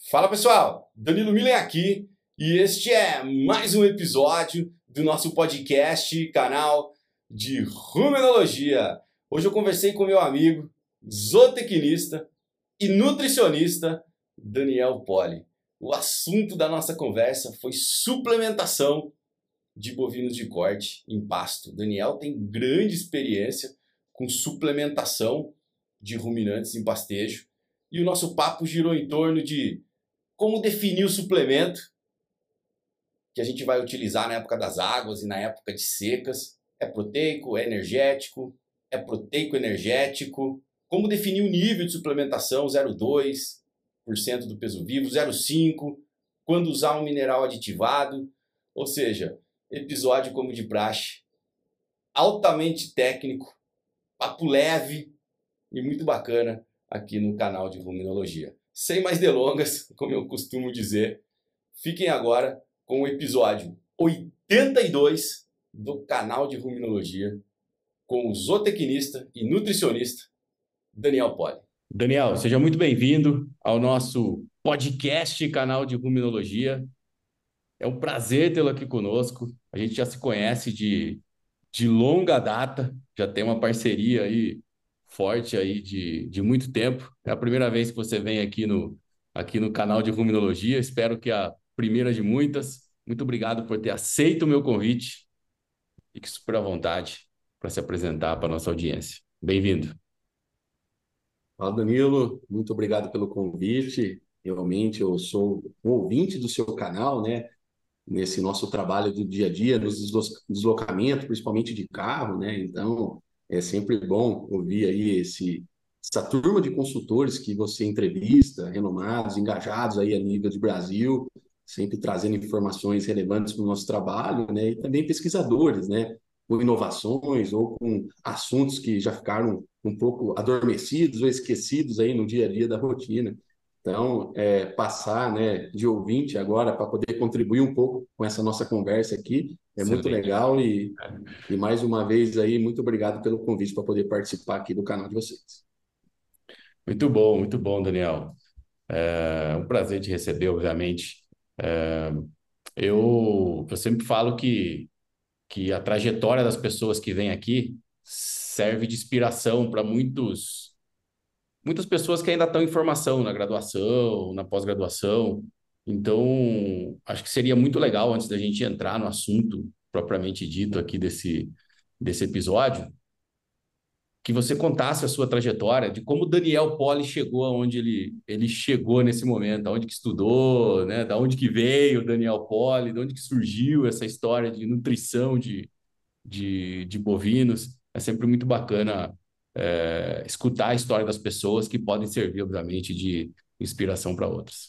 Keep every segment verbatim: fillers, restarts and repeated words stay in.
Fala pessoal, Danilo Miller aqui e este é mais um episódio do nosso podcast, canal de Rumenologia. Hoje eu conversei com meu amigo, zootecnista e nutricionista Daniel Poli. O assunto da nossa conversa foi suplementação de bovinos de corte em pasto. Daniel tem grande experiência com suplementação de ruminantes em pastejo e o nosso papo girou em torno de como definir o suplemento que a gente vai utilizar na época das águas e na época de secas. É proteico, é energético, é proteico-energético. Como definir o nível de suplementação, zero vírgula dois por cento do peso vivo, zero vírgula cinco por cento, quando usar um mineral aditivado. Ou seja, episódio como de praxe, altamente técnico, papo leve e muito bacana aqui no canal de Ruminologia. Sem mais delongas, como eu costumo dizer, fiquem agora com o episódio oitenta e dois do canal de Ruminologia com o zootecnista e nutricionista Daniel Poli. Daniel, seja muito bem-vindo ao nosso podcast canal de Ruminologia. É um prazer tê-lo aqui conosco. A gente já se conhece de, de longa data, já tem uma parceria aí forte aí de, de muito tempo. É a primeira vez que você vem aqui no, aqui no canal de Ruminologia. Espero que a primeira de muitas. Muito obrigado por ter aceito o meu convite e que super à vontade para se apresentar para a nossa audiência. Bem-vindo. Fala, Danilo, muito obrigado pelo convite. Realmente, eu sou um ouvinte do seu canal, né? Nesse nosso trabalho do dia a dia, nos deslo- deslocamentos, principalmente de carro, né? Então, é sempre bom ouvir aí esse, essa turma de consultores que você entrevista, renomados, engajados aí a nível de Brasil, sempre trazendo informações relevantes para o nosso trabalho, né? E também pesquisadores, né? Com inovações ou com assuntos que já ficaram um pouco adormecidos ou esquecidos aí no dia a dia da rotina. Então, é, passar, né, de ouvinte agora para poder contribuir um pouco com essa nossa conversa aqui é muito Excelente. legal e, e mais uma vez aí, muito obrigado pelo convite para poder participar aqui do canal de vocês. Muito bom, muito bom, Daniel. É um prazer te receber, obviamente. É, eu, eu sempre falo que, que a trajetória das pessoas que vêm aqui serve de inspiração para muitos, muitas pessoas que ainda estão em formação na graduação, na pós-graduação. Então, acho que seria muito legal, antes da gente entrar no assunto propriamente dito aqui desse, desse episódio, que você contasse a sua trajetória, de como o Daniel Poli chegou aonde ele, ele chegou nesse momento, aonde que estudou, né? Da onde que veio o Daniel Poli, de onde que surgiu essa história de nutrição de, de, de bovinos. É sempre muito bacana é, escutar a história das pessoas que podem servir, obviamente, de inspiração para outras.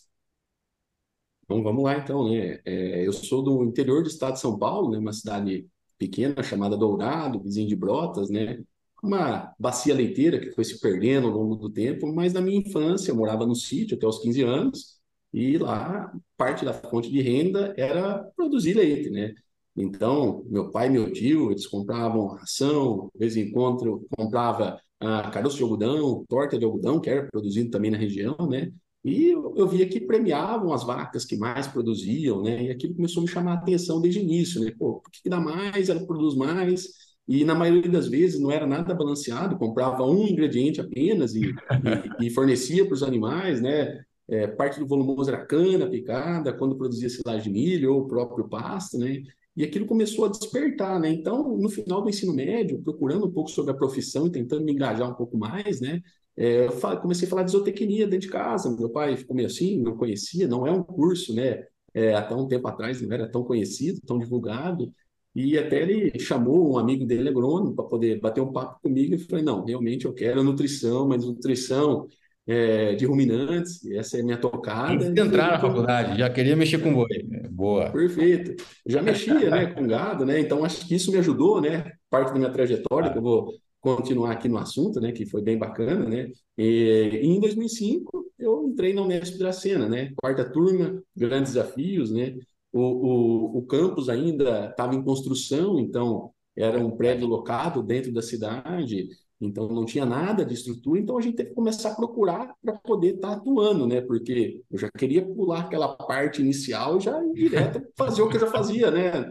Então, vamos lá então, né? É, eu sou do interior do estado de São Paulo, né? Uma cidade pequena chamada Dourado, vizinho de Brotas, né? Uma bacia leiteira que foi se perdendo ao longo do tempo, mas na minha infância eu morava no sítio até os quinze anos e lá parte da fonte de renda era produzir leite, né? Então, meu pai e meu tio, eles compravam ração, de vez em quando comprava ah, caroço de algodão, torta de algodão, que era produzido também na região, né? E eu, eu via que premiavam as vacas que mais produziam, né? E aquilo começou a me chamar a atenção desde o início, né? Pô, por que que dá mais? Ela produz mais. E na maioria das vezes não era nada balanceado, comprava um ingrediente apenas e, e, e fornecia para os animais, né? É, parte do volumoso era cana picada, quando produzia silagem de milho ou o próprio pasto, né? E aquilo começou a despertar, né? Então, no final do ensino médio, procurando um pouco sobre a profissão e tentando me engajar um pouco mais, né? É, eu fa- comecei a falar de zootecnia dentro de casa. Meu pai ficou meio assim, não conhecia, não é um curso, né? É, até um tempo atrás não era tão conhecido, tão divulgado. E até ele chamou um amigo dele, agrônomo, para poder bater um papo comigo. E eu falei: não, realmente eu quero nutrição, mas nutrição é, de ruminantes, essa é a minha Antes tocada. de E foi entrar aí na que eu. faculdade, já queria mexer com boi. Boa. Perfeito. Já mexia, né, com gado, né? Então acho que isso me ajudou, né? Parte da minha trajetória, que eu vou continuar aqui no assunto, né, que foi bem bacana, né? E, e em dois mil e cinco eu entrei na Unesp de Dracena, né? Quarta turma, grandes desafios, né? O, o, o campus ainda estava em construção, então era um prédio locado dentro da cidade. então não tinha nada de estrutura, então a gente teve que começar a procurar para poder estar atuando, né? Porque eu já queria pular aquela parte inicial e já ir direto fazer o que eu já fazia, né?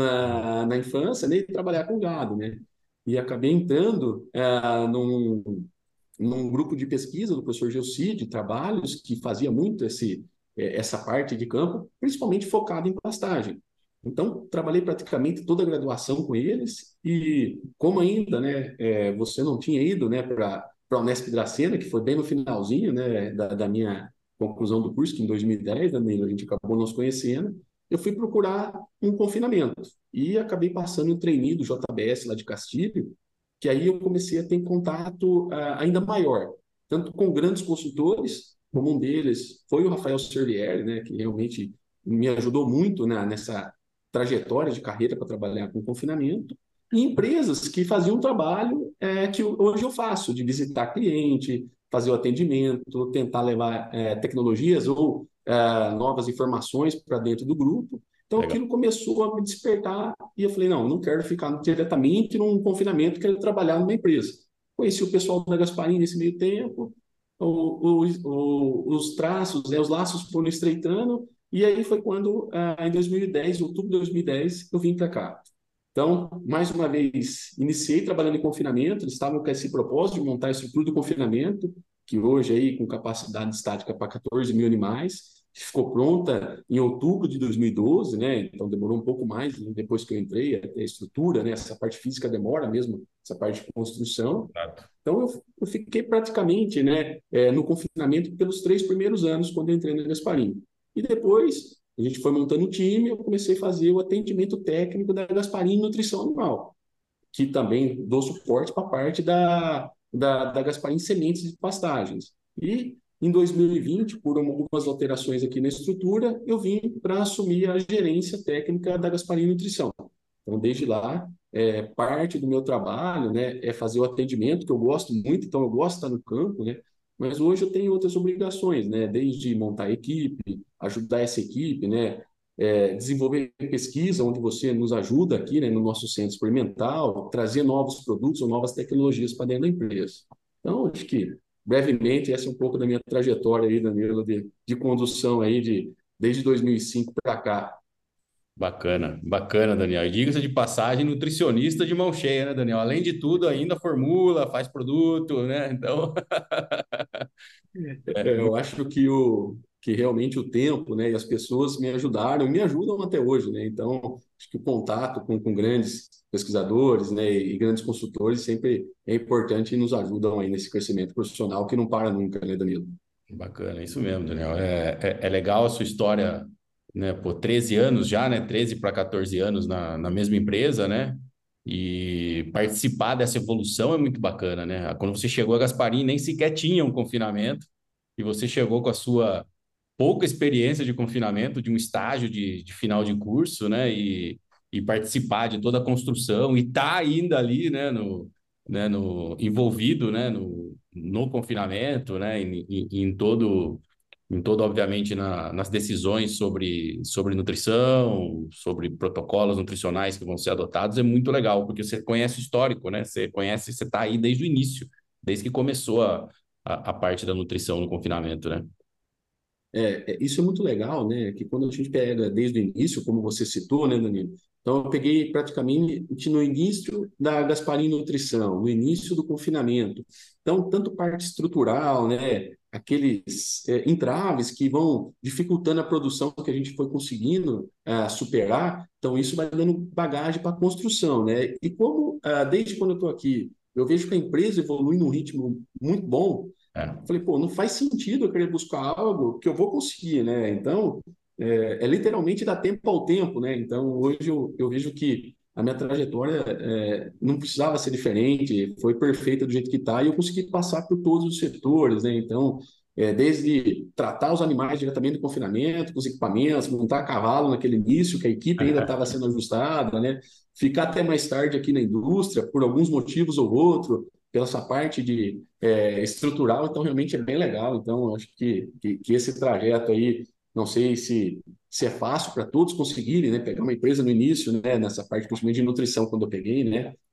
Na, na infância, né? E trabalhar com gado, né? E acabei entrando ah, num, num grupo de pesquisa do professor Gelsi, de trabalhos, que fazia muito esse, eh, essa parte de campo, principalmente focado em pastagem. Então, trabalhei praticamente toda a graduação com eles e como ainda, né, é, você não tinha ido, né, para a Unesp Dracena, que foi bem no finalzinho, né, da, da minha conclusão do curso, que em dois mil e dez, né, a gente acabou nos conhecendo, eu fui procurar um confinamento e acabei passando um trainee do J B S lá de Castilho, que aí eu comecei a ter contato uh, ainda maior, tanto com grandes consultores, como um deles foi o Rafael Servieri, né, que realmente me ajudou muito, né, nessa trajetória de carreira para trabalhar com confinamento, e empresas que faziam um trabalho é, que hoje eu faço, de visitar cliente, fazer o atendimento, tentar levar é, tecnologias ou é, novas informações para dentro do grupo. Então, Legal. aquilo começou a me despertar e eu falei, não, não quero ficar diretamente num confinamento, quero trabalhar numa empresa. Conheci o pessoal da Gasparini nesse meio tempo, o, o, o, os traços, né, os laços foram estreitando, e aí foi quando, ah, em dois mil e dez, outubro de dois mil e dez, eu vim para cá. Então, mais uma vez, iniciei trabalhando em confinamento, eles estavam com esse propósito de montar a estrutura do confinamento, que hoje aí com capacidade estática para quatorze mil animais, ficou pronta em outubro de dois mil e doze, né? Então demorou um pouco mais depois que eu entrei, até a estrutura, né? Essa parte física demora mesmo, essa parte de construção. Exato. Então eu, eu fiquei praticamente, né, é, no confinamento pelos três primeiros anos quando eu entrei na Gasparini. E depois a gente foi montando o time, eu comecei a fazer o atendimento técnico da Gasparini Nutrição Animal, que também dou suporte para a parte da, da, da Gasparini Sementes de Pastagens. E em dois mil e vinte, por algumas alterações aqui na estrutura, eu vim para assumir a gerência técnica da Gasparini Nutrição. Então, desde lá, é, parte do meu trabalho, né, é fazer o atendimento, que eu gosto muito, então eu gosto de estar no campo, né, mas hoje eu tenho outras obrigações, né, desde montar equipe, ajudar essa equipe, né, é, desenvolver pesquisa, onde você nos ajuda aqui, né, no nosso centro experimental, trazer novos produtos ou novas tecnologias para dentro da empresa. Então, acho que, brevemente, essa é um pouco da minha trajetória aí, Danilo, de, de condução aí, de, desde dois mil e cinco para cá. Bacana, bacana, Daniel. E diga-se de passagem, nutricionista de mão cheia, né, Daniel? Além de tudo, ainda formula, faz produto, né? Então, é É, eu muito acho que, o, que realmente o tempo, né, e as pessoas me ajudaram, me ajudam até hoje, né? Então, acho que o contato com, com grandes pesquisadores, né, e grandes consultores sempre é importante e nos ajudam aí nesse crescimento profissional que não para nunca, né, Danilo? bacana, isso mesmo, Daniel. É, é, é legal a sua história, né? Por treze anos já, né? Treze para quatorze anos na, na mesma empresa, né? E participar dessa evolução é muito bacana, né? Quando você chegou a Gasparim, nem sequer tinha um confinamento, e você chegou com a sua pouca experiência de confinamento, de um estágio de, de final de curso, né? E, e participar de toda a construção e tá ainda ali, né? No, né? No, envolvido, né? No, no confinamento, né? Em, em, em todo, em todo, obviamente, na, nas decisões sobre, sobre nutrição, sobre protocolos nutricionais que vão ser adotados, é muito legal, porque você conhece o histórico, né? Você conhece, você está aí desde o início, desde que começou a, a, a parte da nutrição no confinamento, né? É, é, isso é muito legal, né? Que quando a gente pega desde o início, como você citou, né, Danilo? Então, eu peguei praticamente no início da Gasparim Nutrição, no início do confinamento. Então, tanto parte estrutural, né? Aqueles é, entraves que vão dificultando a produção que a gente foi conseguindo ah, superar. Então, isso vai dando bagagem para a construção, né? E como, ah, desde quando eu estou aqui, eu vejo que a empresa evolui num ritmo muito bom. É. Falei, pô, não faz sentido eu querer buscar algo que eu vou conseguir, né? Então, é, é literalmente dar tempo ao tempo, né? Então, hoje eu, eu vejo que a minha trajetória é, não precisava ser diferente, foi perfeita do jeito que está, e eu consegui passar por todos os setores, né? Então, é, desde tratar os animais diretamente do confinamento, com os equipamentos, montar cavalo naquele início, que a equipe ainda estava sendo ajustada, né? Ficar até mais tarde aqui na indústria, por alguns motivos ou outro, pela essa parte de é, estrutural, então realmente é bem legal. Então, acho que, que, que esse trajeto aí, não sei se, se é fácil para todos conseguirem, né? Pegar uma empresa no início, né? Nessa parte principalmente de nutrição, quando eu peguei, né?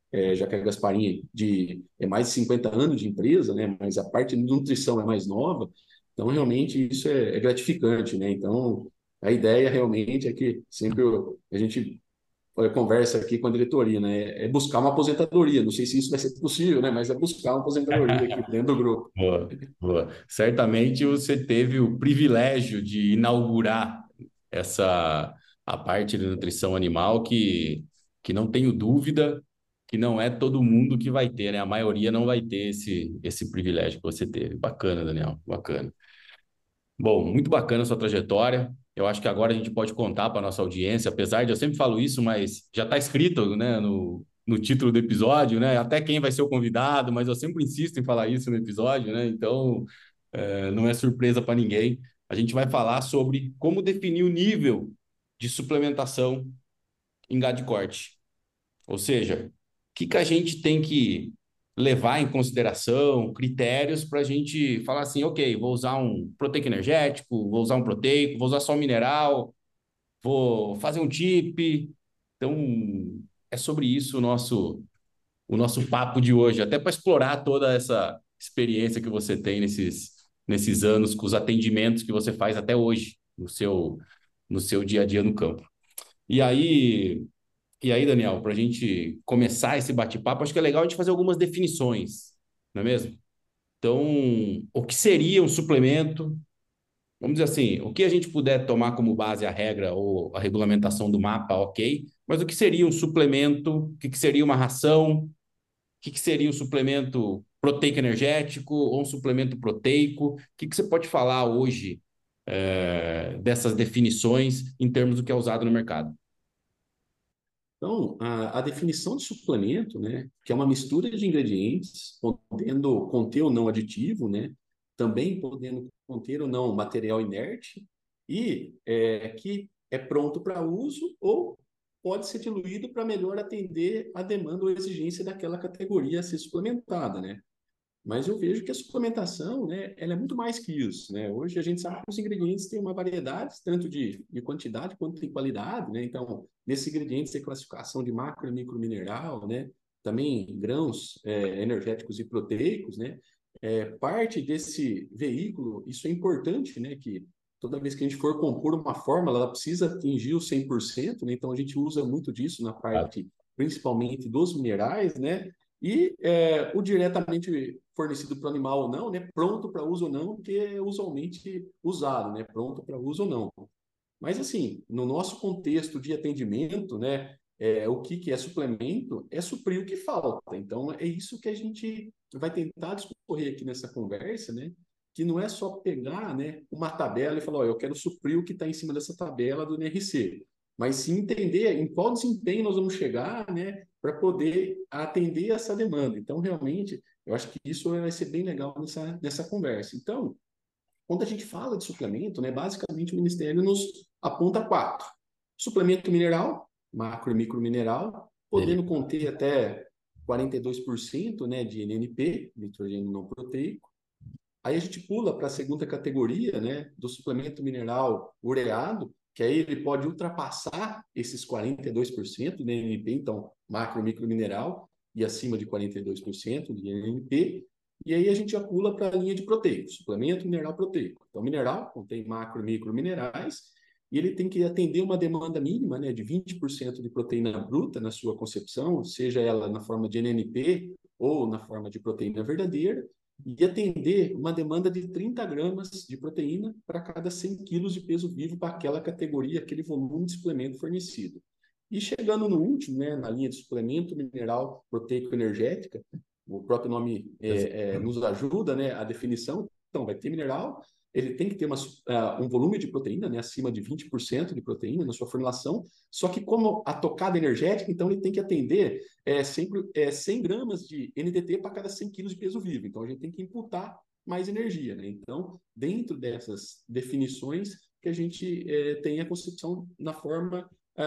é, já que a Gasparini de, é mais de cinquenta anos de empresa, né? Mas a parte de nutrição é mais nova, então realmente isso é, é gratificante, né? Então a ideia realmente é que sempre eu- a gente eh, conversa aqui com a diretoria, né? É buscar uma aposentadoria. Não sei se isso vai ser possível, né? Mas é buscar uma aposentadoria aqui dentro do grupo. Boa, boa. Certamente você teve o privilégio de inaugurar essa a parte de nutrição animal que, que não tenho dúvida que não é todo mundo que vai ter, né? A maioria não vai ter esse, esse privilégio que você teve. Bacana, Daniel, bacana. Bom, muito bacana a sua trajetória. Eu acho que agora a gente pode contar para a nossa audiência, apesar de eu sempre falo isso, mas já está escrito, né, no, no título do episódio, né? Até quem vai ser o convidado, mas eu sempre insisto em falar isso no episódio, né? Então, é, não é surpresa para ninguém. A gente vai falar sobre como definir o nível de suplementação em gado de corte. Ou seja, o que que a gente tem que levar em consideração, critérios para a gente falar assim, ok, vou usar um proteico energético, vou usar um proteico, vou usar só um mineral, vou fazer um tip. Então, é sobre isso o nosso, o nosso papo de hoje, até para explorar toda essa experiência que você tem nesses, nesses anos, com os atendimentos que você faz até hoje, no seu, no seu dia a dia no campo. E aí, e aí, Daniel, para a gente começar esse bate-papo, acho que é legal a gente fazer algumas definições, não é mesmo? Então, o que seria um suplemento? Vamos dizer assim, o que a gente puder tomar como base a regra ou a regulamentação do mapa, ok, mas o que seria um suplemento? O que que seria uma ração? O que que seria um suplemento proteico energético ou um suplemento proteico? O que que você pode falar hoje, eh, dessas definições em termos do que é usado no mercado? Então, a, a definição de suplemento, né, que é uma mistura de ingredientes, podendo conter ou não aditivo, né, também podendo conter ou não material inerte, e é, que é pronto para uso ou pode ser diluído para melhor atender a demanda ou exigência daquela categoria a ser suplementada, né? Mas eu vejo que a suplementação, né, ela é muito mais que isso, né? Hoje a gente sabe que os ingredientes têm uma variedade, tanto de, de quantidade quanto de qualidade, né? Então, nesses ingredientes tem classificação de macro e micro mineral, né? Também grãos é, energéticos e proteicos, né? É, parte desse veículo, isso é importante, né? Que toda vez que a gente for compor uma fórmula, ela precisa atingir o cem por cento, né? Então, a gente usa muito disso na parte, principalmente dos minerais, né? E é, o diretamente fornecido para o animal ou não, né? Pronto para uso ou não, que é usualmente usado, né? Pronto para uso ou não. Mas, assim, no nosso contexto de atendimento, né? É, o que, que é suplemento é suprir o que falta. Então, é isso que a gente vai tentar discorrer aqui nessa conversa, né? Que não é só pegar, né, uma tabela e falar, ó, eu quero suprir o que está em cima dessa tabela do N R C, mas sim entender em qual desempenho nós vamos chegar, né, para poder atender essa demanda. Então, realmente, eu acho que isso vai ser bem legal nessa, nessa conversa. Então, quando a gente fala de suplemento, né, basicamente o Ministério nos aponta quatro. Suplemento mineral, macro e micro mineral, podendo conter até quarenta e dois por cento, né, de N N P, nitrogênio não proteico. Aí a gente pula para a segunda categoria, né, do suplemento mineral ureado, que aí ele pode ultrapassar esses quarenta e dois por cento de N N P, então macro e micro mineral, e acima de quarenta e dois por cento de N N P. E aí a gente já pula para a linha de proteico, suplemento mineral proteico. Então, mineral contém macro e micro minerais, e ele tem que atender uma demanda mínima, né, de vinte por cento de proteína bruta na sua concepção, seja ela na forma de N N P ou na forma de proteína verdadeira, e atender uma demanda de trinta gramas de proteína para cada cem quilos de peso vivo para aquela categoria, aquele volume de suplemento fornecido. E chegando no último, né, na linha de suplemento mineral proteico energética, o próprio nome é, é, nos ajuda, né, a definição. Então, vai ter mineral, ele tem que ter uma, uh, um volume de proteína, né, acima de vinte por cento de proteína na sua formulação, só que como a tocada energética, então ele tem que atender é, sempre é, cem gramas de N D T para cada cem quilos de peso vivo. Então, a gente tem que imputar mais energia, né? Então, dentro dessas definições que a gente é, tem a concepção na forma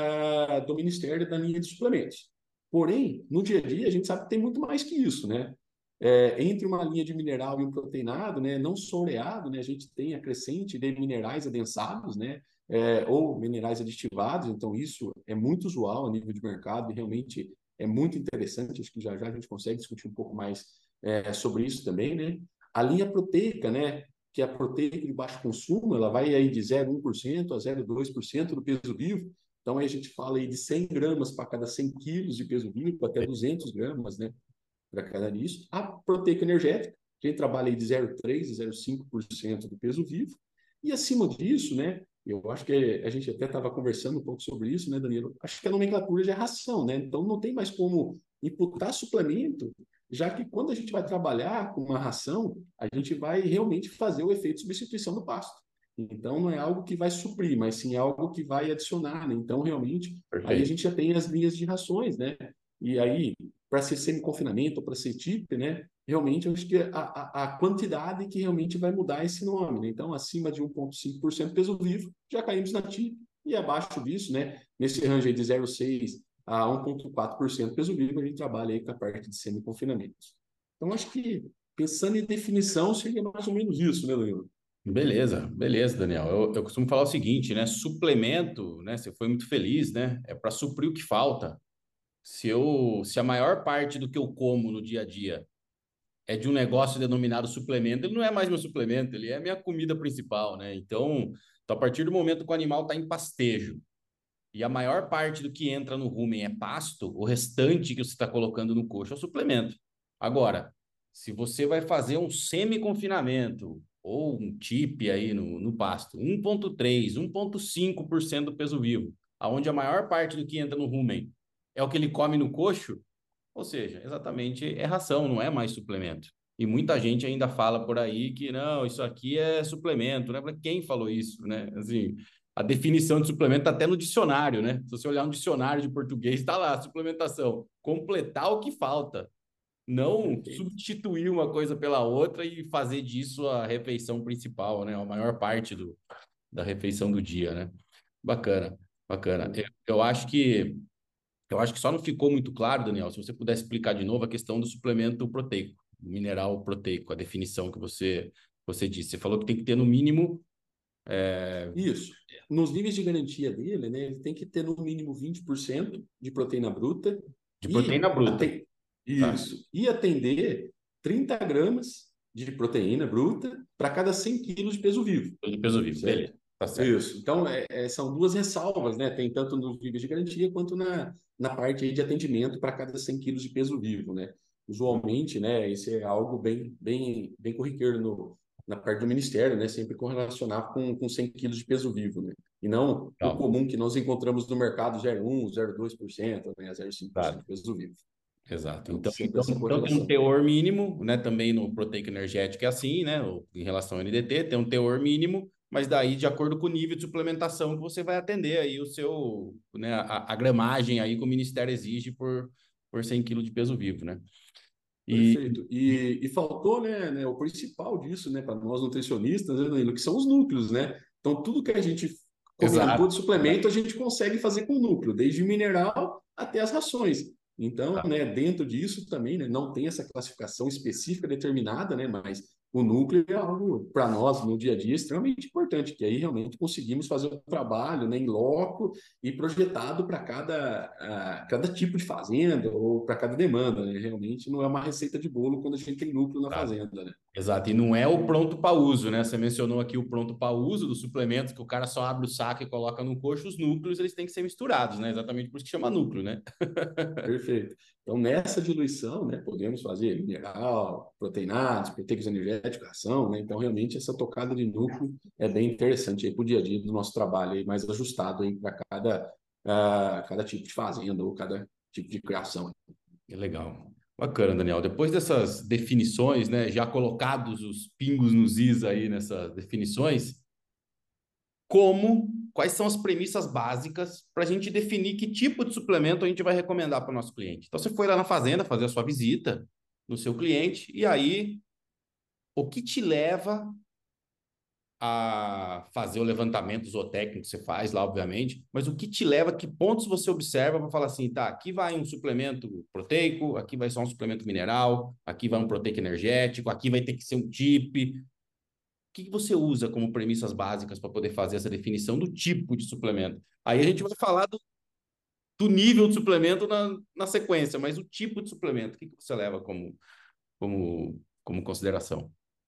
uh, do Ministério da linha de suplementos. Porém, no dia a dia, a gente sabe que tem muito mais que isso, né? É, entre uma linha de mineral e um proteinado, né, não soreado, né, a gente tem a crescente de minerais adensados, né, é, ou minerais aditivados, então isso é muito usual a nível de mercado e realmente é muito interessante, acho que já já a gente consegue discutir um pouco mais é, sobre isso também, né? A linha proteica, né? Que é a proteica de baixo consumo, ela vai aí de zero vírgula um por cento a zero vírgula dois por cento do peso vivo. Então, aí a gente fala aí de cem gramas para cada cem quilos de peso vivo, até duzentos gramas, né? Para cada nisso. A proteica energética, que a gente trabalha aí de zero vírgula três a zero vírgula cinco por cento do peso vivo. E acima disso, né? Eu acho que a gente até estava conversando um pouco sobre isso, né, Danilo? Acho que a nomenclatura já é ração, né? Então não tem mais como imputar suplemento, já que quando a gente vai trabalhar com uma ração, a gente vai realmente fazer o efeito de substituição do pasto. Então não é algo que vai suprir, mas sim algo que vai adicionar, né? Então realmente aí a Perfeito. gente já tem as linhas de rações, né? E aí, para ser semi-confinamento ou para ser T I P, né? Realmente, eu acho que a, a, a quantidade que realmente vai mudar esse nome, né? Então, acima de um vírgula cinco por cento peso vivo, já caímos na T I P, e abaixo disso, né? Nesse range aí de zero vírgula seis por cento a um vírgula quatro por cento peso vivo, a gente trabalha aí com a parte de semi-confinamento. Então, acho que, pensando em definição, seria mais ou menos isso, né, Danilo? Beleza, beleza, Daniel. Eu, eu costumo falar o seguinte, né? Suplemento, né? Você foi muito feliz, né? É para suprir o que falta. Se eu, se a maior parte do que eu como no dia a dia é de um negócio denominado suplemento, ele não é mais meu suplemento, ele é minha comida principal, né? Então, então, a partir do momento que o animal está em pastejo e a maior parte do que entra no rumen é pasto, o restante que você está colocando no coxo é o suplemento. Agora, se você vai fazer um semi-confinamento ou um T I P aí no, no pasto, um vírgula três, um vírgula cinco por cento do peso vivo, aonde a maior parte do que entra no rumen é o que ele come no coxo, ou seja, exatamente é ração, não é mais suplemento. E muita gente ainda fala por aí que não, isso aqui é suplemento, né? Quem falou isso, né? Assim, a definição de suplemento está até no dicionário, né? Se você olhar um dicionário de português, está lá, suplementação, completar o que falta, não Perfeito. substituir uma coisa pela outra e fazer disso a refeição principal, né? A maior parte do, da refeição do dia, né? Bacana, bacana. Eu, eu acho que eu acho que só não ficou muito claro, Daniel, se você pudesse explicar de novo a questão do suplemento proteico, mineral proteico, a definição que você, você disse. Você falou que tem que ter no mínimo Isso. Nos níveis de garantia dele, né, ele tem que ter no mínimo vinte por cento de proteína bruta de proteína e, bruta, aten- tá? isso, e atender trinta gramas de proteína bruta para cada cem quilos de peso vivo, De peso vivo, beleza, certo? tá certo. Isso. Então, é, é, são duas ressalvas, né? Tem tanto nos níveis de garantia quanto na, na parte aí de atendimento para cada cem quilos de peso vivo, né? Usualmente, né, isso é algo bem, bem, bem corriqueiro no, na parte do Ministério, né, sempre correlacionar com, com cem quilos de peso vivo, né, e não o Legal, comum que nós encontramos no mercado zero vírgula um, zero vírgula dois por cento, né, zero vírgula cinco por cento tá. de peso vivo. Exato. Então, Então, sempre então, essa então tem um correlação. teor mínimo, né? Também no proteico energético é assim, né? o- Em relação ao N D T, tem um teor mínimo, mas daí, de acordo com o nível de suplementação que você vai atender aí o seu, né? A, a gramagem aí que o Ministério exige por, por cem quilos de peso vivo, né? E, Perfeito. E, e faltou, né, né, o principal disso, né, para nós nutricionistas, né, Danilo, que são os núcleos, né? Então, tudo que a gente comentou de exato, suplemento, a exato. gente consegue fazer com núcleo, desde mineral até as rações. Então, né, dentro disso também, né, não tem essa classificação específica determinada, né, mas o núcleo é algo, para nós, no dia a dia, extremamente importante, que aí realmente conseguimos fazer o trabalho, né, em loco e projetado para cada, ah, cada tipo de fazenda ou para cada demanda, né? Realmente não é uma receita de bolo quando a gente tem núcleo na Exato. fazenda, né? Exato, e não é o pronto para uso, né? Você mencionou aqui o pronto para uso dos suplementos, que o cara só abre o saco e coloca no coxo, os núcleos eles têm que ser misturados, né? Exatamente por isso que chama núcleo, né? Perfeito. Então, nessa diluição, né, podemos fazer mineral, proteínados, proteicos energéticos, ração, né? Então, realmente, essa tocada de núcleo é bem interessante aí para o dia a dia do nosso trabalho, aí, mais ajustado aí para cada, ah, cada tipo de fazenda ou cada tipo de criação. Que legal. Bacana, Daniel. Depois dessas definições, né, já colocados os pingos nos is aí nessas definições, como, quais são as premissas básicas para a gente definir que tipo de suplemento a gente vai recomendar para o nosso cliente? Então, você foi lá na fazenda fazer a sua visita no seu cliente, e aí, o que te leva a fazer o levantamento zootécnico que você faz lá, obviamente, mas o que te leva, que pontos você observa para falar assim, tá, aqui vai um suplemento proteico, aqui vai só um suplemento mineral, aqui vai um proteico energético, aqui vai ter que ser um T I P. O que que você usa como premissas básicas para poder fazer essa definição do tipo de suplemento? Aí a gente vai falar do, do nível de suplemento na, na sequência, mas o tipo de suplemento, o que, que você leva como, como, como consideração?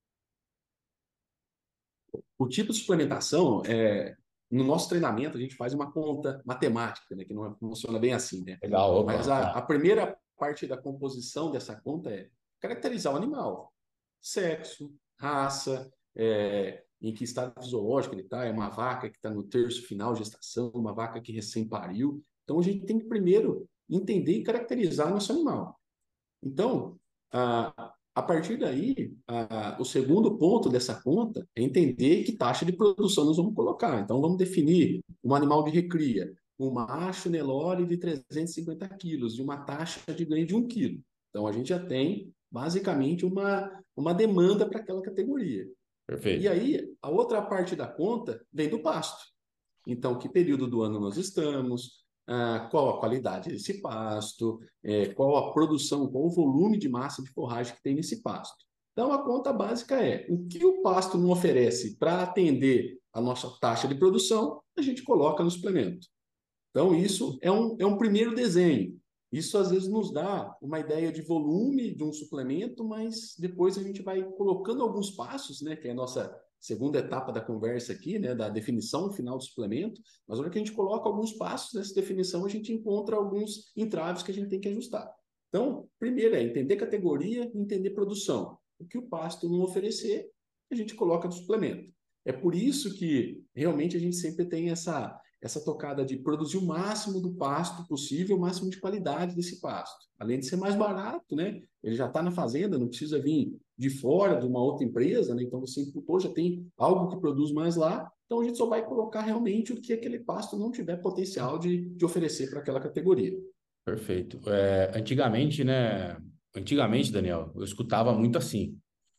O tipo de suplementação, é, no nosso treinamento, a gente faz uma conta matemática, né, que não funciona bem assim, né? Legal, Mas opa. a, a primeira parte da composição dessa conta é caracterizar o animal. Sexo, raça, é, em que estado fisiológico ele está, é uma vaca que está no terço final de gestação, uma vaca que recém pariu. Então, a gente tem que primeiro entender e caracterizar nosso animal. Então, a, a partir daí, a, o segundo ponto dessa conta é entender que taxa de produção nós vamos colocar. Então, vamos definir um animal de recria, um macho Nelore de trezentos e cinquenta quilos, e uma taxa de ganho de um quilo. Então, a gente já tem, basicamente, uma, uma demanda para aquela categoria. E Perfeito. aí, a outra parte da conta vem do pasto. Então, que período do ano nós estamos, ah, qual a qualidade desse pasto, eh, qual a produção, qual o volume de massa de forragem que tem nesse pasto. Então, a conta básica é o que o pasto não oferece para atender a nossa taxa de produção, a gente coloca no suplemento. Então, isso é um, é um primeiro desenho. Isso às vezes nos dá uma ideia de volume de um suplemento, mas depois a gente vai colocando alguns passos, né, que é a nossa segunda etapa da conversa aqui, né, da definição final do suplemento. Mas na hora que a gente coloca alguns passos nessa definição, a gente encontra alguns entraves que a gente tem que ajustar. Então, primeiro é entender categoria e entender produção. O que o pasto não oferecer, a gente coloca no suplemento. É por isso que realmente a gente sempre tem essa essa tocada de produzir o máximo do pasto possível, o máximo de qualidade desse pasto. Além de ser mais barato, né? Ele já está na fazenda, não precisa vir de fora de uma outra empresa, né? Então você imputou, já tem algo que produz mais lá. Então a gente só vai colocar realmente o que aquele pasto não tiver potencial de, de oferecer para aquela categoria. Perfeito. É, antigamente, né? Antigamente, Daniel, eu escutava muito assim: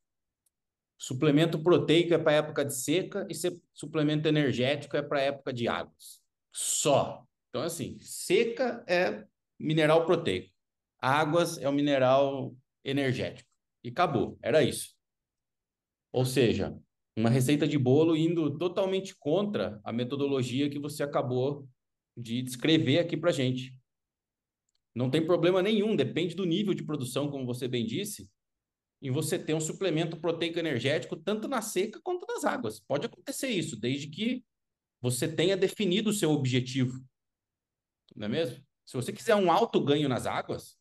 suplemento proteico é para época de seca e se- suplemento energético é para época de águas. Só. Então, assim, seca é mineral proteico, águas é o mineral energético. E acabou. Era isso. Ou seja, uma receita de bolo indo totalmente contra a metodologia que você acabou de descrever aqui para gente. Não tem problema nenhum, depende do nível de produção, como você bem disse, em você ter um suplemento proteico energético tanto na seca quanto nas águas. Pode acontecer isso, desde que você tenha definido o seu objetivo, não é mesmo? Se você quiser um alto ganho nas águas,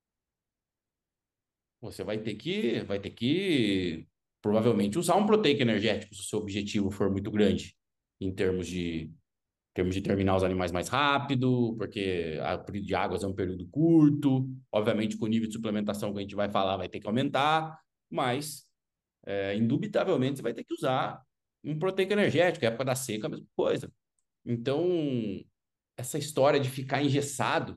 você vai ter que, vai ter que provavelmente usar um proteico energético se o seu objetivo for muito grande em termos de termos de terminar os animais mais rápido, porque a período de águas é um período curto. Obviamente, com o nível de suplementação que a gente vai falar vai ter que aumentar, mas é, indubitavelmente você vai ter que usar um proteico energético, é a época da seca, a mesma coisa. Então, essa história de ficar engessado,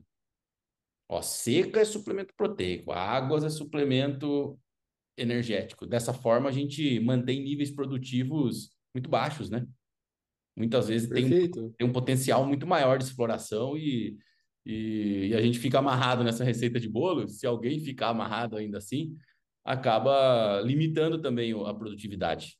ó, seca é suplemento proteico, águas é suplemento energético. Dessa forma, a gente mantém níveis produtivos muito baixos, né? Muitas vezes tem um, Perfeito. tem um potencial muito maior de exploração e, e, e a gente fica amarrado nessa receita de bolo. Se alguém ficar amarrado ainda assim, acaba limitando também a produtividade.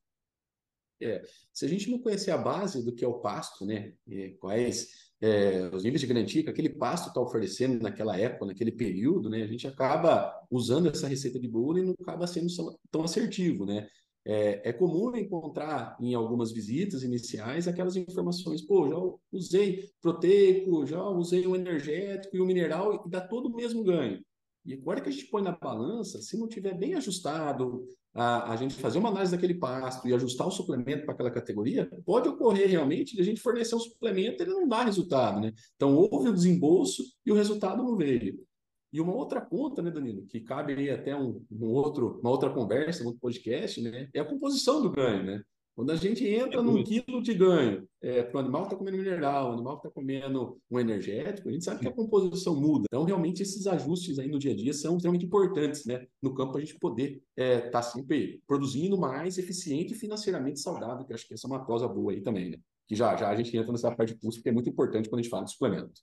É, se a gente não conhecer a base do que é o pasto, né, e quais é, os níveis de garantia que aquele pasto está oferecendo naquela época, naquele período, né, a gente acaba usando essa receita de bolo e não acaba sendo tão assertivo, né? É, é comum encontrar em algumas visitas iniciais aquelas informações, pô, já usei proteico, já usei um energético e um mineral e dá todo o mesmo ganho. E agora que a gente põe na balança, se não tiver bem ajustado, a, a gente fazer uma análise daquele pasto e ajustar o suplemento para aquela categoria, pode ocorrer realmente de a gente fornecer um suplemento e ele não dá resultado, né? Então, houve o desembolso e o resultado não veio. E uma outra conta, né, Danilo, que cabe aí até um, um outro, uma outra conversa, um outro podcast, né, é a composição do ganho, né? Quando a gente É entra num dúvida. quilo de ganho, é, para o animal que está comendo mineral, o animal que está comendo um energético, a gente sabe que a composição muda. Então, realmente, esses ajustes aí no dia a dia são extremamente importantes, né? No campo, para a gente poder estar é, tá sempre produzindo mais eficiente e financeiramente saudável, que eu acho que essa é uma prosa boa aí também, né? Que já, já a gente entra nessa parte de custo, que é muito importante quando a gente fala de suplemento.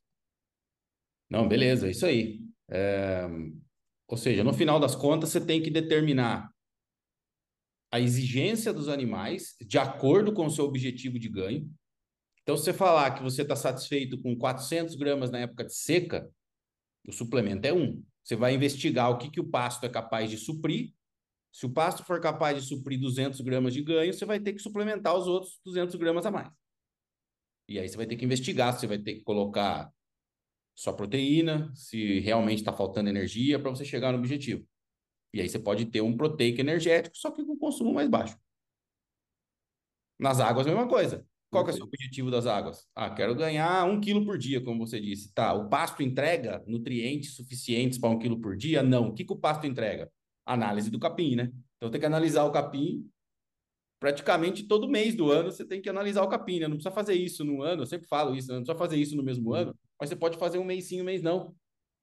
Não, beleza, é isso aí. É, ou seja, no final das contas, você tem que determinar a exigência dos animais de acordo com o seu objetivo de ganho. Então, se você falar que você está satisfeito com quatrocentos gramas na época de seca, o suplemento é um. Você vai investigar o que, que o pasto é capaz de suprir. Se o pasto for capaz de suprir duzentos gramas de ganho, você vai ter que suplementar os outros duzentos gramas a mais. E aí você vai ter que investigar, você vai ter que colocar só proteína, se realmente está faltando energia para você chegar no objetivo. E aí você pode ter um proteico energético, só que com consumo mais baixo. Nas águas, a mesma coisa. Qual que é o seu Perfeito. objetivo das águas? Ah, quero ganhar um quilo por dia, como você disse. Tá, o pasto entrega nutrientes suficientes para um quilo por dia? Não. O que, que o pasto entrega? Análise do capim, né? Então tem que analisar o capim praticamente todo mês do ano. Você tem que analisar o capim, né? Não precisa fazer isso no ano, eu sempre falo isso, né? Não precisa fazer isso no mesmo Uhum. ano, mas você pode fazer um mês sim, um mês não.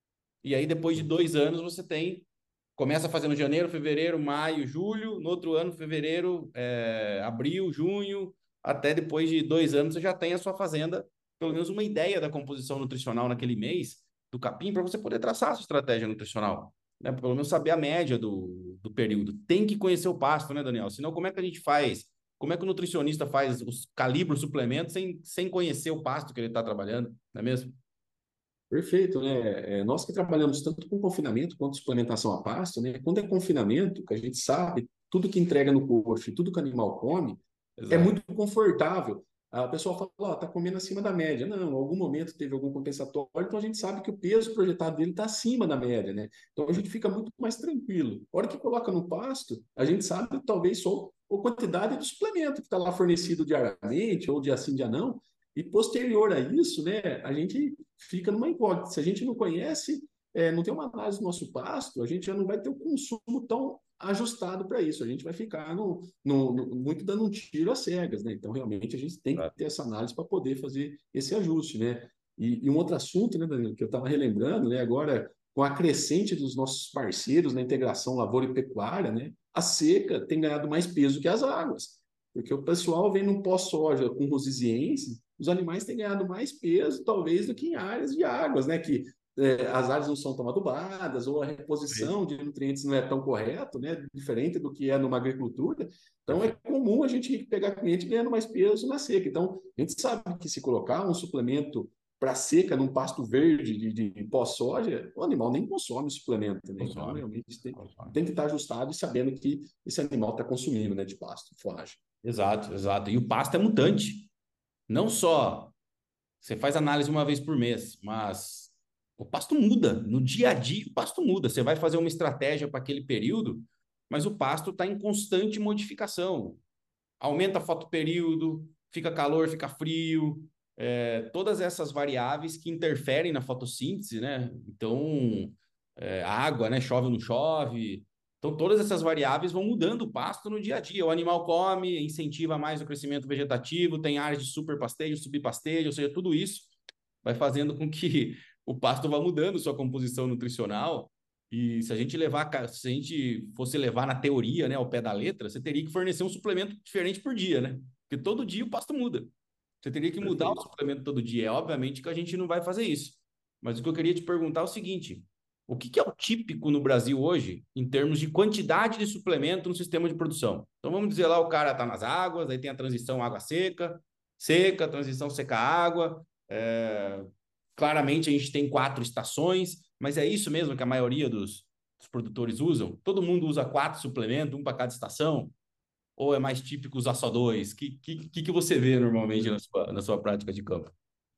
E aí, depois de dois anos, você tem. Começa fazendo janeiro, fevereiro, maio, julho. No outro ano, fevereiro, é, abril, junho. Até depois de dois anos, você já tem a sua fazenda, pelo menos uma ideia da composição nutricional naquele mês do capim, para você poder traçar a sua estratégia nutricional. Né? Pelo menos saber a média do, do período. Tem que conhecer o pasto, né, Daniel? Senão, como é que a gente faz? Como é que o nutricionista faz os calibra o suplemento sem, sem conhecer o pasto que ele está trabalhando, não é mesmo? Perfeito, né? É, nós que trabalhamos tanto com confinamento quanto suplementação a pasto, né? Quando é confinamento, que a gente sabe tudo que entrega no coxo e tudo que o animal come, é Exato. muito confortável. A pessoa fala, ó, tá comendo acima da média. Não, em algum momento teve algum compensatório, então a gente sabe que o peso projetado dele está acima da média, né? Então a gente fica muito mais tranquilo. A hora que coloca no pasto, a gente sabe talvez só a quantidade do suplemento que está lá fornecido diariamente, ou dia sim, dia não. E posterior a isso, né, a gente fica numa incógnita. Se a gente não conhece, é, não tem uma análise do nosso pasto, a gente já não vai ter o consumo tão ajustado para isso. A gente vai ficar no, no, no, muito dando um tiro às cegas, né? Então, realmente, a gente tem que ter essa análise para poder fazer esse ajuste, né? E, e um outro assunto, né, Danilo, que eu estava relembrando, né, agora, com a crescente dos nossos parceiros na integração lavoura e pecuária, né, a seca tem ganhado mais peso que as águas. Porque o pessoal vem no pós-soja com rosiziense, os animais têm ganhado mais peso, talvez, do que em áreas de águas, né? Que é, as áreas não são tão adubadas, ou a reposição de nutrientes não é tão correta, né? Diferente do que é numa agricultura. Então, é Perfeito. comum a gente pegar cliente ganhando mais peso na seca. Então, a gente sabe que se colocar um suplemento para seca num pasto verde de, de pós-soja, o animal nem consome suplemento, né? Então, Consome. realmente tem, Consome. tem que estar ajustado e sabendo que esse animal está consumindo, né, de pasto, forragem. Exato, exato. E o pasto é mutante. Não só você faz análise uma vez por mês, mas o pasto muda. No dia a dia, o pasto muda. Você vai fazer uma estratégia para aquele período, mas o pasto está em constante modificação. Aumenta a fotoperíodo, fica calor, fica frio, é, todas essas variáveis que interferem na fotossíntese, né? Então, é, água, né? Chove ou não chove. Então, todas essas variáveis vão mudando o pasto no dia a dia. O animal come, incentiva mais o crescimento vegetativo, tem áreas de superpastejo, subpastejo, ou seja, tudo isso vai fazendo com que o pasto vá mudando sua composição nutricional. E se a gente levar, se a gente fosse levar na teoria, né, ao pé da letra, você teria que fornecer um suplemento diferente por dia, né? Porque todo dia o pasto muda. Você teria que mudar o Perfeito. suplemento todo dia. É obviamente que a gente não vai fazer isso. Mas o que eu queria te perguntar é o seguinte: o que, que é o típico no Brasil hoje em termos de quantidade de suplemento no sistema de produção? Então vamos dizer lá, o cara está nas águas, aí tem a transição água seca, seca, transição seca-água. É... Claramente a gente tem quatro estações, mas é isso mesmo que a maioria dos, dos produtores usam? Todo mundo usa quatro suplementos, um para cada estação? Ou é mais típico usar só dois? O que, que, que você vê normalmente na sua, na sua prática de campo?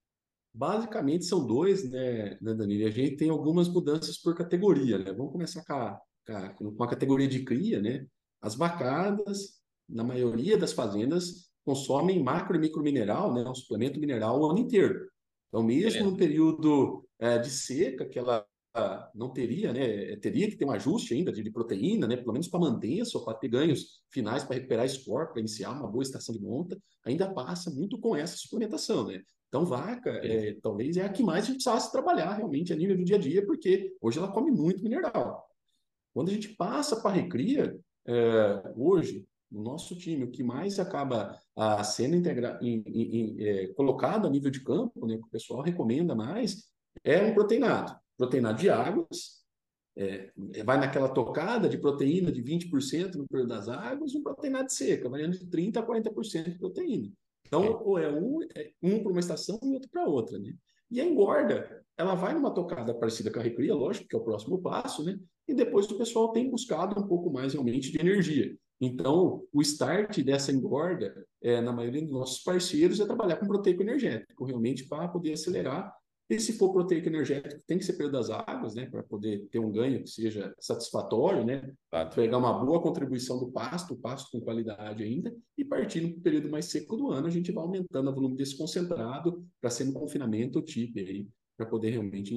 Basicamente são dois, né, né, Danilo? E a gente tem algumas mudanças por categoria, né? Vamos começar com a, com a, com a categoria de cria, né? As vacadas, na maioria das fazendas, consomem macro e micromineral, né? Um suplemento mineral o ano inteiro. Então, mesmo no Beleza. período é, de seca, que ela ah, não teria, né? Teria que ter um ajuste ainda de, de proteína, né? Pelo menos para manter, só para ter ganhos finais, para recuperar score, para iniciar uma boa estação de monta, ainda passa muito com essa suplementação, né? Então, vaca, é, talvez é a que mais a gente precisasse trabalhar realmente a nível do dia a dia, porque hoje ela come muito mineral. Quando a gente passa para a recria, é, hoje, no nosso time, o que mais acaba ah, sendo integra em, em, em, é, colocado a nível de campo, né, que o pessoal recomenda mais, é um proteinado. Proteinado de águas, é, vai naquela tocada de proteína de vinte por cento no período das águas, um proteinado de seca, variando de trinta por cento a quarenta por cento de proteína. Então, ou é um, é um para uma estação e outro para outra, né? E a engorda, ela vai numa tocada parecida com a recria, lógico, que é o próximo passo, né? E depois o pessoal tem buscado um pouco mais realmente de energia. Então, o start dessa engorda, é, na maioria dos nossos parceiros, é trabalhar com proteico energético, realmente para poder acelerar. E se for proteico energético, tem que ser perda das águas, né? Para poder ter um ganho que seja satisfatório, né? Exato. Pegar uma boa contribuição do pasto, o pasto com qualidade ainda, e partindo para o período mais seco do ano, a gente vai aumentando o volume desse concentrado para ser no confinamento ou T I P aí, para poder realmente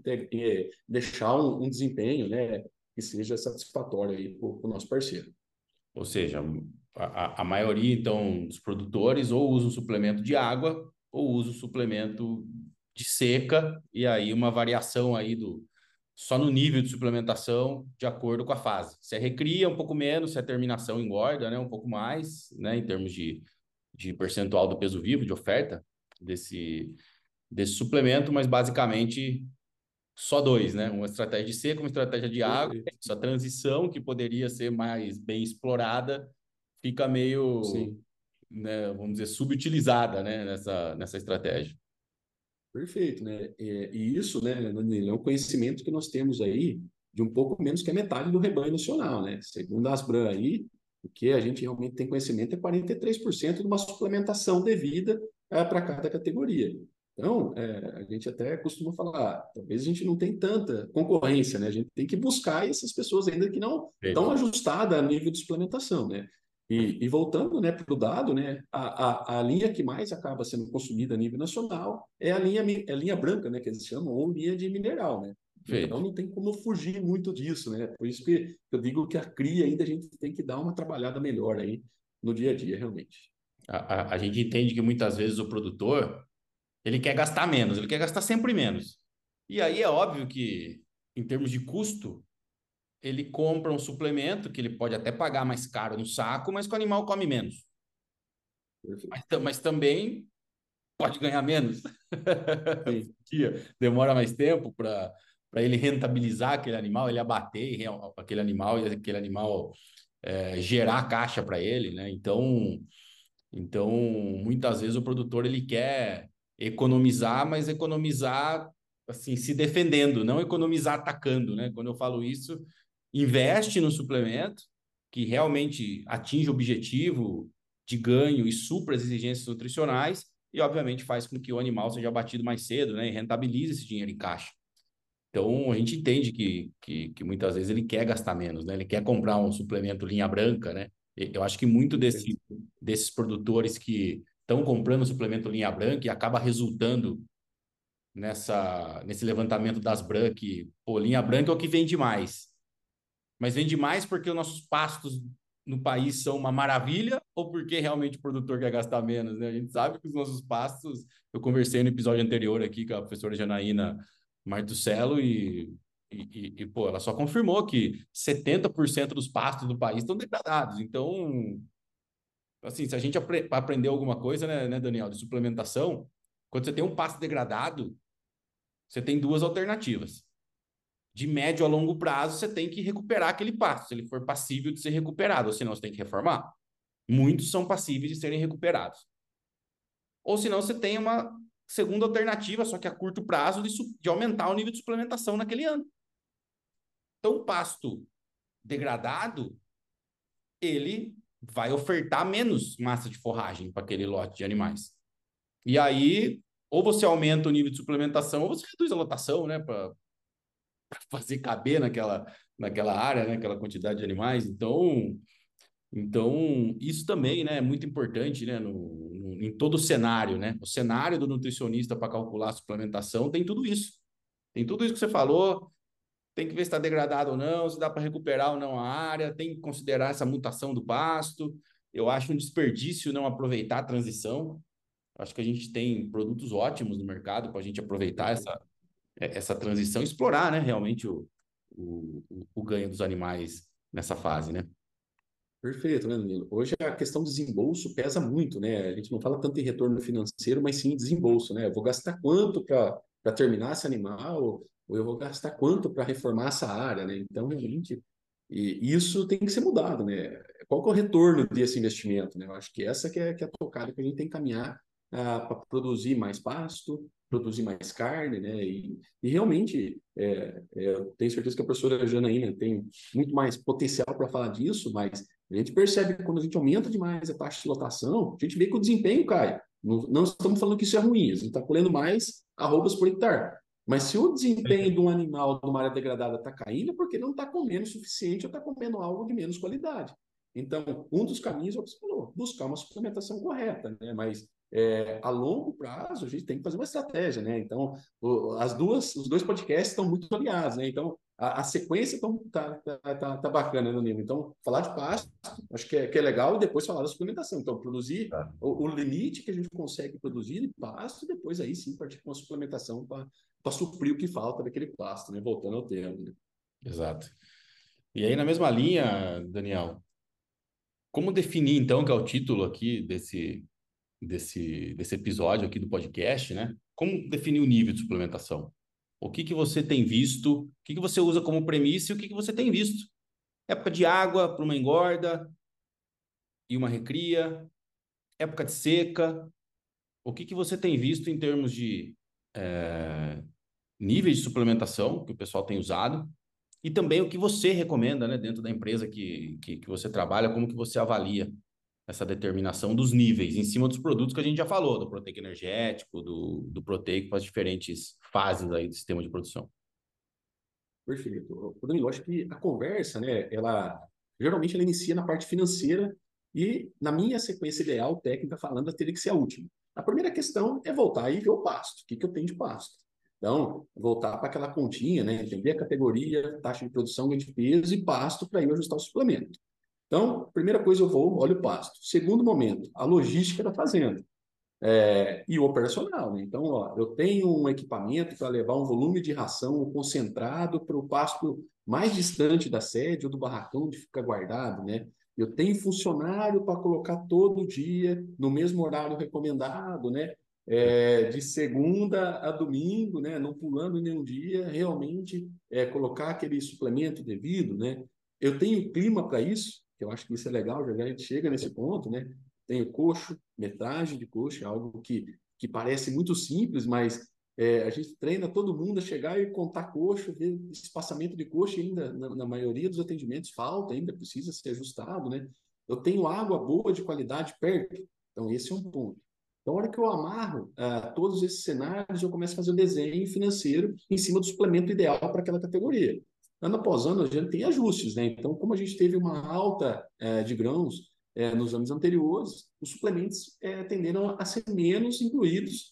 é, deixar um, um desempenho, né, que seja satisfatório aí para o nosso parceiro. Ou seja, a, a maioria, então, dos produtores ou usa um suplemento de água ou usa um suplemento de seca, e aí uma variação aí do só no nível de suplementação de acordo com a fase. Se é recria, um pouco menos, se é terminação, engorda, né, um pouco mais, né, em termos de, de percentual do peso vivo, de oferta desse, desse suplemento, mas basicamente só dois, né? Uma estratégia de seca, uma estratégia de água. Perfeito. Essa transição que poderia ser mais bem explorada fica meio, Sim. né, vamos dizer, subutilizada, né, nessa, nessa estratégia. Perfeito, né? É, e isso, né, Danilo, é um conhecimento que nós temos aí de um pouco menos que a metade do rebanho nacional, né? Segundo a Asbram aí, o que a gente realmente tem conhecimento é quarenta e três por cento de uma suplementação devida é, para cada categoria. Então, é, a gente até costuma falar, ah, talvez a gente não tem tanta concorrência, né? A gente tem que buscar essas pessoas ainda que não estão Perfeito. ajustadas a nível de suplementação, né? E, e voltando, né, para o dado, né, a, a, a linha que mais acaba sendo consumida a nível nacional é a linha, é a linha branca, né, que eles chamam, ou linha de mineral, né? Então Perfeito. não tem como fugir muito disso, né? Por isso que eu digo que a cria ainda a gente tem que dar uma trabalhada melhor aí no dia a dia, realmente. A, a, a gente entende que muitas vezes o produtor ele quer gastar menos, ele quer gastar sempre menos. E aí é óbvio que, em termos de custo, ele compra um suplemento que ele pode até pagar mais caro no saco, mas que o animal come menos. Perfeito. Mas, mas também pode ganhar menos. Sim, Demora mais tempo para para ele rentabilizar aquele animal, ele abater aquele animal e aquele animal é, gerar caixa para ele, né? Então, então, muitas vezes o produtor ele quer economizar, mas economizar assim, se defendendo, não economizar atacando, né? Quando eu falo isso, investe no suplemento que realmente atinge o objetivo de ganho e supra as exigências nutricionais e, obviamente, faz com que o animal seja abatido mais cedo, né? E rentabilize esse dinheiro em caixa. Então, a gente entende que, que, que muitas vezes ele quer gastar menos, né? Ele quer comprar um suplemento linha branca, né? Eu acho que muito perfeito. desse, desses produtores que estão comprando suplemento linha branca e acaba resultando nessa, nesse levantamento das Bran, que, pô, linha branca é o que vende mais. Mas vende mais porque os nossos pastos no país são uma maravilha ou porque realmente o produtor quer gastar menos, né? A gente sabe que os nossos pastos, eu conversei no episódio anterior aqui com a professora Janaína Martuccello e, e, e, pô, ela só confirmou que setenta por cento dos pastos do país estão degradados. Então, assim, se a gente apre aprender alguma coisa, né, né, Daniel, de suplementação, quando você tem um pasto degradado, você tem duas alternativas. De médio a longo prazo, você tem que recuperar aquele pasto, se ele for passível de ser recuperado, ou senão você tem que reformar. Muitos são passíveis de serem recuperados. Ou senão você tem uma segunda alternativa, só que a curto prazo, de, de aumentar o nível de suplementação naquele ano. Então, o pasto degradado, ele vai ofertar menos massa de forragem para aquele lote de animais. E aí, ou você aumenta o nível de suplementação, ou você reduz a lotação, né, para fazer caber naquela, naquela área, né, aquela quantidade de animais. Então, então isso também, né, é muito importante, né, no, no, em todo o cenário, né? O cenário do nutricionista para calcular a suplementação tem tudo isso. Tem tudo isso que você falou, tem que ver se está degradado ou não, se dá para recuperar ou não a área, tem que considerar essa mutação do pasto. Eu acho um desperdício não aproveitar a transição. Acho que a gente tem produtos ótimos no mercado para a gente aproveitar essa, essa transição e explorar, né, realmente o, o, o ganho dos animais nessa fase, né? Perfeito, né, Danilo? Hoje a questão do desembolso pesa muito, né? A gente não fala tanto em retorno financeiro, mas sim em desembolso, né? Eu vou gastar quanto para para terminar esse animal, ou eu vou gastar quanto para reformar essa área, né? Então, realmente, e isso tem que ser mudado, né? qual que é o retorno desse investimento, né? Eu acho que essa que é, que é a tocada que a gente tem que caminhar ah, para produzir mais pasto, produzir mais carne, né? E, e realmente, é, é, eu tenho certeza que a professora Janaína tem muito mais potencial para falar disso, mas a gente percebe que quando a gente aumenta demais a taxa de lotação, a gente vê que o desempenho cai. Não, não estamos falando que isso é ruim, a gente está colhendo mais arrobas por hectare. Mas se o desempenho de um animal de uma área degradada está caindo, é porque não está comendo o suficiente ou está comendo algo de menos qualidade. Então, um dos caminhos é o que você falou, buscar uma suplementação correta, né? Mas é, a longo prazo a gente tem que fazer uma estratégia, né? Então, o, as duas, os dois podcasts estão muito alinhados, né? Então, a, a sequência tão, tá, tá, tá, tá bacana, né, Nilo? Então, falar de pasto, acho que é, que é legal, e depois falar da suplementação. Então, produzir Tá. o, o limite que a gente consegue produzir de pasto, e depois aí sim partir com uma suplementação para para suprir o que falta daquele pasto, né? Voltando ao tema, né? Exato. E aí, na mesma linha, Daniel, como definir, então, que é o título aqui desse, desse, desse episódio aqui do podcast, né? Como definir o nível de suplementação? O que que você tem visto? O que que você usa como premissa e o que que você tem visto? Época de água para uma engorda e uma recria, época de seca. O que que você tem visto em termos de eh, níveis de suplementação que o pessoal tem usado e também o que você recomenda, né, dentro da empresa que, que, que você trabalha, como que você avalia essa determinação dos níveis em cima dos produtos que a gente já falou, do proteico energético, do, do proteico para as diferentes fases aí do sistema de produção. Perfeito. Danilo, acho que a conversa, né, ela geralmente ela inicia na parte financeira e, na minha sequência ideal, técnica falando, ela teria que ser a última. A primeira questão é voltar e ver o pasto. O que, que eu tenho de pasto? Então, voltar para aquela continha, né, entender a categoria, taxa de produção, ganho de peso e pasto para eu ajustar o suplemento. Então, primeira coisa, eu vou, olho o pasto. Segundo momento, a logística da fazenda. É, e o operacional, né? Então, ó, eu tenho um equipamento para levar um volume de ração concentrado para o pasto mais distante da sede ou do barracão onde fica guardado, né? Eu tenho funcionário para colocar todo dia no mesmo horário recomendado, né? É, de segunda a domingo, né? Não pulando nenhum dia, realmente é, colocar aquele suplemento devido, né? Eu tenho clima para isso, que eu acho que isso é legal, já a gente chega nesse ponto, né? Tenho coxo, metragem de coxo, é algo que, que parece muito simples, mas é, a gente treina todo mundo a chegar e contar coxo, ver espaçamento de coxo, e ainda na, na maioria dos atendimentos falta, ainda precisa ser ajustado, né? Eu tenho água boa de qualidade perto, então esse é um ponto. Então, a hora que eu amarro uh, todos esses cenários, eu começo a fazer o desenho financeiro em cima do suplemento ideal para aquela categoria. Ano após ano, a gente tem ajustes, né? Então, como a gente teve uma alta uh, de grãos, é, nos anos anteriores, os suplementos é, tenderam a ser menos incluídos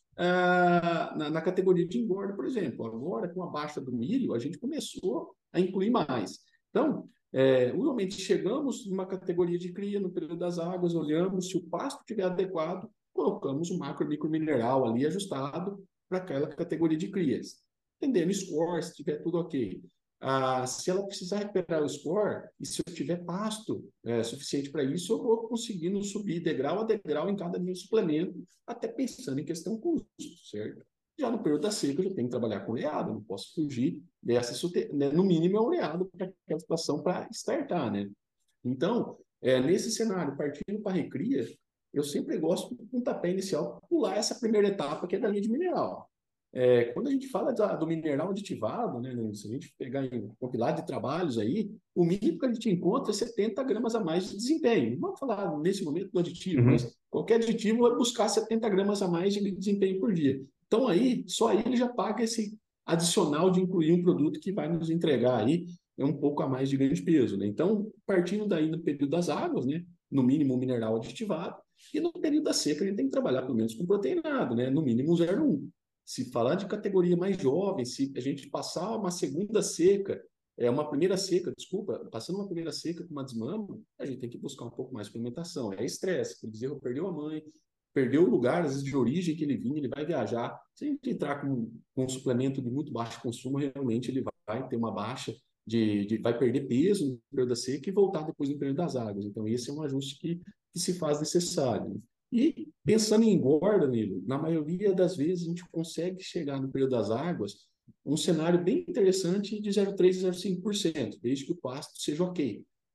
ah, na, na categoria de engorda, por exemplo. Agora, com a baixa do milho, a gente começou a incluir mais. Então, é, realmente chegamos numa categoria de cria no período das águas, olhamos se o pasto estiver adequado, colocamos o macro e micromineral ali ajustado para aquela categoria de crias. Entendendo score, se estiver tudo ok. Ah, se ela precisar recuperar o score, e se eu tiver pasto é, suficiente para isso, eu vou conseguindo subir degrau a degrau em cada nível de suplemento, até pensando em questão custo, certo? Já no período da seca, eu já tenho que trabalhar com ureado, não posso fugir dessa, né? No mínimo é ureado para aquela situação para startar, né? Então, é, nesse cenário, partindo para a recria, eu sempre gosto de pontapé inicial, pular essa primeira etapa, que é da linha de mineral. É, quando a gente fala da, do mineral aditivado, né, se a gente pegar em compilado de trabalhos aí, o mínimo que a gente encontra é setenta gramas a mais de desempenho. Não vamos falar nesse momento do aditivo, Uhum. mas qualquer aditivo vai buscar setenta gramas a mais de desempenho por dia. Então aí, só aí ele já paga esse adicional de incluir um produto que vai nos entregar aí um pouco a mais de ganho de peso, né? Então, partindo daí no período das águas, né, no mínimo mineral aditivado, e no período da seca a gente tem que trabalhar pelo menos com proteinado, né, no mínimo zero vírgula um. Se falar de categoria mais jovem, se a gente passar uma segunda seca, é uma primeira seca, desculpa, passando uma primeira seca com uma desmama, a gente tem que buscar um pouco mais de suplementação. É estresse, quer dizer, perdeu a mãe, perdeu o lugar, às vezes, de origem que ele vinha, ele vai viajar. Se a gente entrar com, com um suplemento de muito baixo consumo, realmente ele vai ter uma baixa, de, de vai perder peso no período da seca e voltar depois no período das águas. Então, esse é um ajuste que, que se faz necessário. E pensando em engorda, Nilo, na maioria das vezes a gente consegue chegar no período das águas um cenário bem interessante de zero vírgula três a zero vírgula cinco por cento, desde que o pasto seja ok.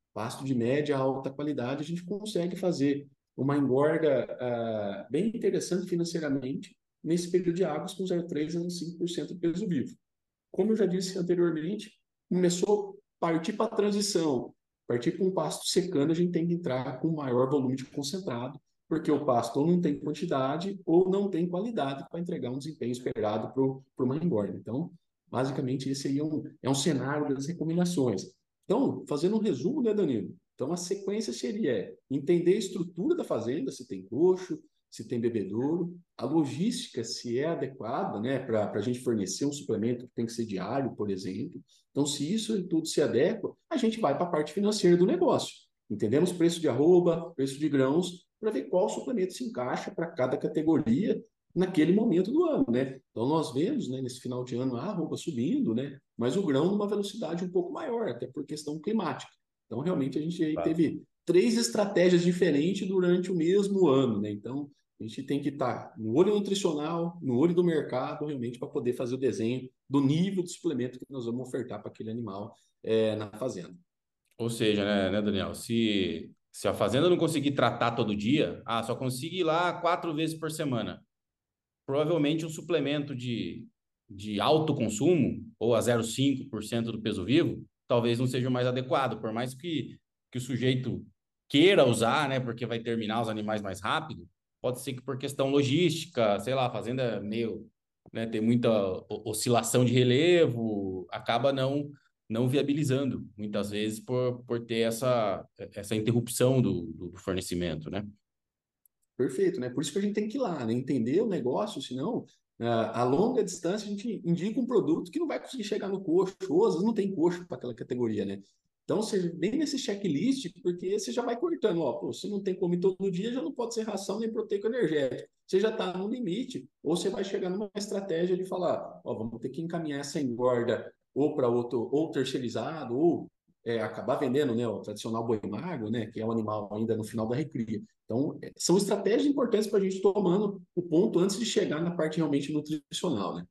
pasto de média a alta qualidade, a gente consegue fazer uma engorda uh, bem interessante financeiramente nesse período de águas com zero vírgula três a cinco por cento de peso vivo. Como eu já disse anteriormente, começou a partir para a transição, partir para um pasto secando, a gente tem que entrar com maior volume de concentrado, porque o pasto ou não tem quantidade ou não tem qualidade para entregar um desempenho esperado para uma engorda. Então, basicamente, esse aí é um, é um cenário das recomendações. Então, fazendo um resumo, né, Danilo? Então, a sequência seria entender a estrutura da fazenda, se tem coxo, se tem bebedouro, a logística, se é adequada, né, para a gente fornecer um suplemento que tem que ser diário, por exemplo. Então, se isso tudo se adequa, a gente vai para a parte financeira do negócio. Entendemos preço de arroba, preço de grãos, para ver qual suplemento se encaixa para cada categoria naquele momento do ano, né? Então, nós vemos, né, nesse final de ano, a arroba subindo, né, mas o grão numa velocidade um pouco maior, até por questão climática. Então, realmente, a gente aí teve três estratégias diferentes durante o mesmo ano, né? Então, a gente tem que estar no olho nutricional, no olho do mercado, realmente, para poder fazer o desenho do nível de suplemento que nós vamos ofertar para aquele animal é, na fazenda. Ou seja, né, né, Daniel, se, se a fazenda não conseguir tratar todo dia, ah, só conseguir ir lá quatro vezes por semana, provavelmente um suplemento de, de alto consumo, ou a zero vírgula cinco por cento do peso vivo, talvez não seja o mais adequado, por mais que, que o sujeito queira usar, né, porque vai terminar os animais mais rápido, pode ser que por questão logística, sei lá, a fazenda é meio, né, tem muita oscilação de relevo, acaba não não viabilizando, muitas vezes, por, por ter essa, essa interrupção do, do fornecimento, né? Perfeito, né? Por isso que a gente tem que ir lá, né? Entender o negócio, senão, a longa distância, a gente indica um produto que não vai conseguir chegar no coxo, ou às vezes não tem coxo para aquela categoria, né? Então, você vem nesse checklist, porque você já vai cortando, ó, pô, se não tem como ir todo dia, já não pode ser ração nem proteico energético. Você já está no limite, ou você vai chegar numa estratégia de falar, ó, vamos ter que encaminhar essa engorda ou para outro, ou terceirizado, ou é, acabar vendendo, né, o tradicional boi magro, né, que é um animal ainda no final da recria. Então, é, são estratégias importantes para a gente tomando o ponto antes de chegar na parte realmente nutricional, né?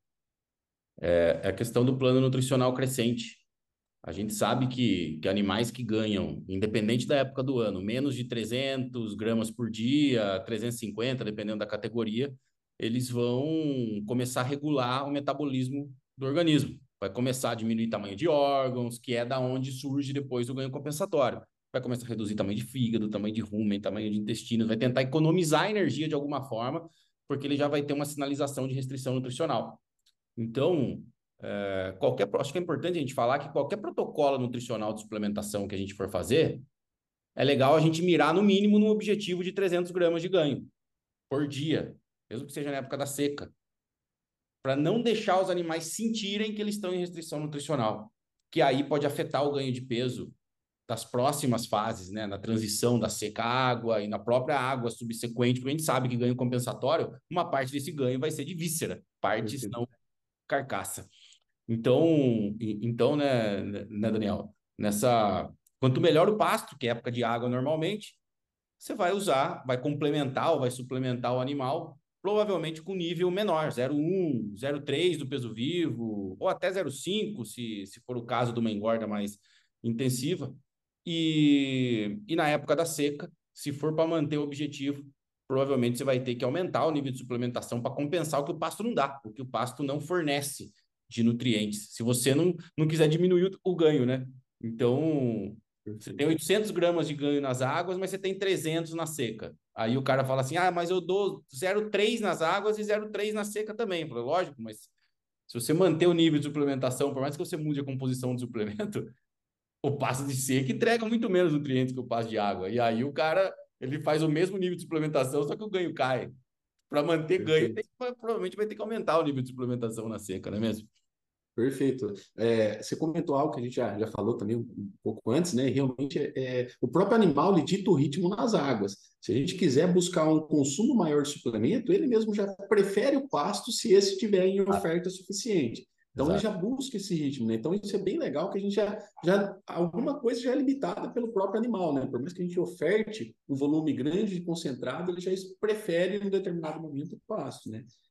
É, é a questão do plano nutricional crescente. A gente sabe que, que animais que ganham, independente da época do ano, menos de trezentos gramas por dia, trezentos e cinquenta, dependendo da categoria, eles vão começar a regular o metabolismo do organismo. Vai começar a diminuir tamanho de órgãos, que é da onde surge depois o ganho compensatório. Vai começar a reduzir tamanho de fígado, tamanho de rumen, tamanho de intestino, vai tentar economizar energia de alguma forma, porque ele já vai ter uma sinalização de restrição nutricional. Então, é, qualquer, acho que é importante a gente falar que qualquer protocolo nutricional de suplementação que a gente for fazer, é legal a gente mirar no mínimo no objetivo de trezentos gramas de ganho por dia, mesmo que seja na época da seca, para não deixar os animais sentirem que eles estão em restrição nutricional, que aí pode afetar o ganho de peso das próximas fases, né, na transição da seca à água e na própria água subsequente, porque a gente sabe que ganho compensatório, uma parte desse ganho vai ser de víscera, partes não carcaça. Então, então, né, né, Daniel, nessa, quanto melhor o pasto, que é época de água normalmente, você vai usar, vai complementar ou vai suplementar o animal, provavelmente com nível menor, zero vírgula um, zero vírgula três do peso vivo, ou até zero vírgula cinco, se, se for o caso de uma engorda mais intensiva. E, e na época da seca, se for para manter o objetivo, provavelmente você vai ter que aumentar o nível de suplementação para compensar o que o pasto não dá, o que o pasto não fornece de nutrientes, se você não, não quiser diminuir o, o ganho, né? Então, você tem oitocentos gramas de ganho nas águas, mas você tem trezentos na seca. Aí o cara fala assim, ah, mas eu dou zero vírgula três nas águas e zero vírgula três na seca também. Eu falo, lógico, mas se você manter o nível de suplementação, por mais que você mude a composição do suplemento, o pasto de seca entrega muito menos nutrientes que o pasto de água. E aí o cara, ele faz o mesmo nível de suplementação, só que o ganho cai. Para manter ganho, tem, provavelmente vai ter que aumentar o nível de suplementação na seca, não é mesmo? Perfeito. É, você comentou algo que a gente já, já falou também um, um pouco antes, né? Realmente, é, é, o próprio animal ele dita o ritmo nas águas. Se a gente quiser buscar um consumo maior de suplemento, ele mesmo já prefere o pasto se esse estiver em oferta suficiente. Então, ele Exato. já busca esse ritmo, né? Então, isso é bem legal que a gente já, já... Alguma coisa já é limitada pelo próprio animal, né? Por mais que a gente oferte um volume grande de concentrado, ele já prefere, em um determinado momento, o pasto, né?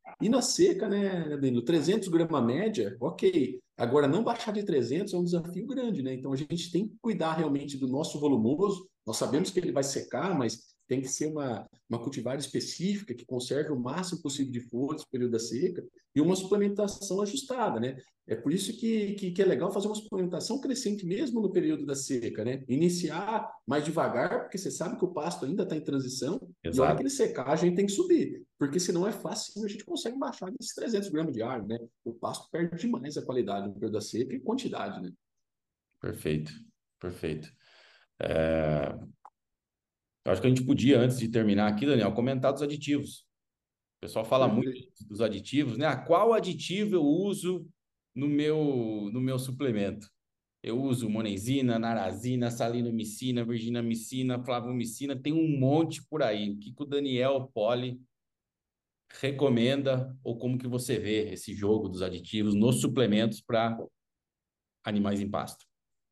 E na seca, né, Danilo, trezentos gramas média, ok. Agora, não baixar de trezentos é um desafio grande, né? Então, a gente tem que cuidar realmente do nosso volumoso. Nós sabemos que ele vai secar, mas tem que ser uma, uma cultivar específica que conserve o máximo possível de folhas no período da seca e uma suplementação ajustada, né? É por isso que, que, que é legal fazer uma suplementação crescente mesmo no período da seca, né? Iniciar mais devagar, porque você sabe que o pasto ainda está em transição e a hora que Exato. ele secar, a gente tem que subir, porque senão é fácil, a gente consegue baixar desses trezentos gramas de ar, né? O pasto perde demais a qualidade no período da seca e quantidade, né? Perfeito, perfeito. É, eu acho que a gente podia, antes de terminar aqui, Daniel, comentar dos aditivos. O pessoal fala muito Perfeito. dos aditivos, né? Ah, qual aditivo eu uso no meu, no meu suplemento? Eu uso monenzina, narazina, salinomicina, virginamicina, flavomicina, tem um monte por aí. O que que o Daniel Poli recomenda ou como que você vê esse jogo dos aditivos nos suplementos para animais em pasto?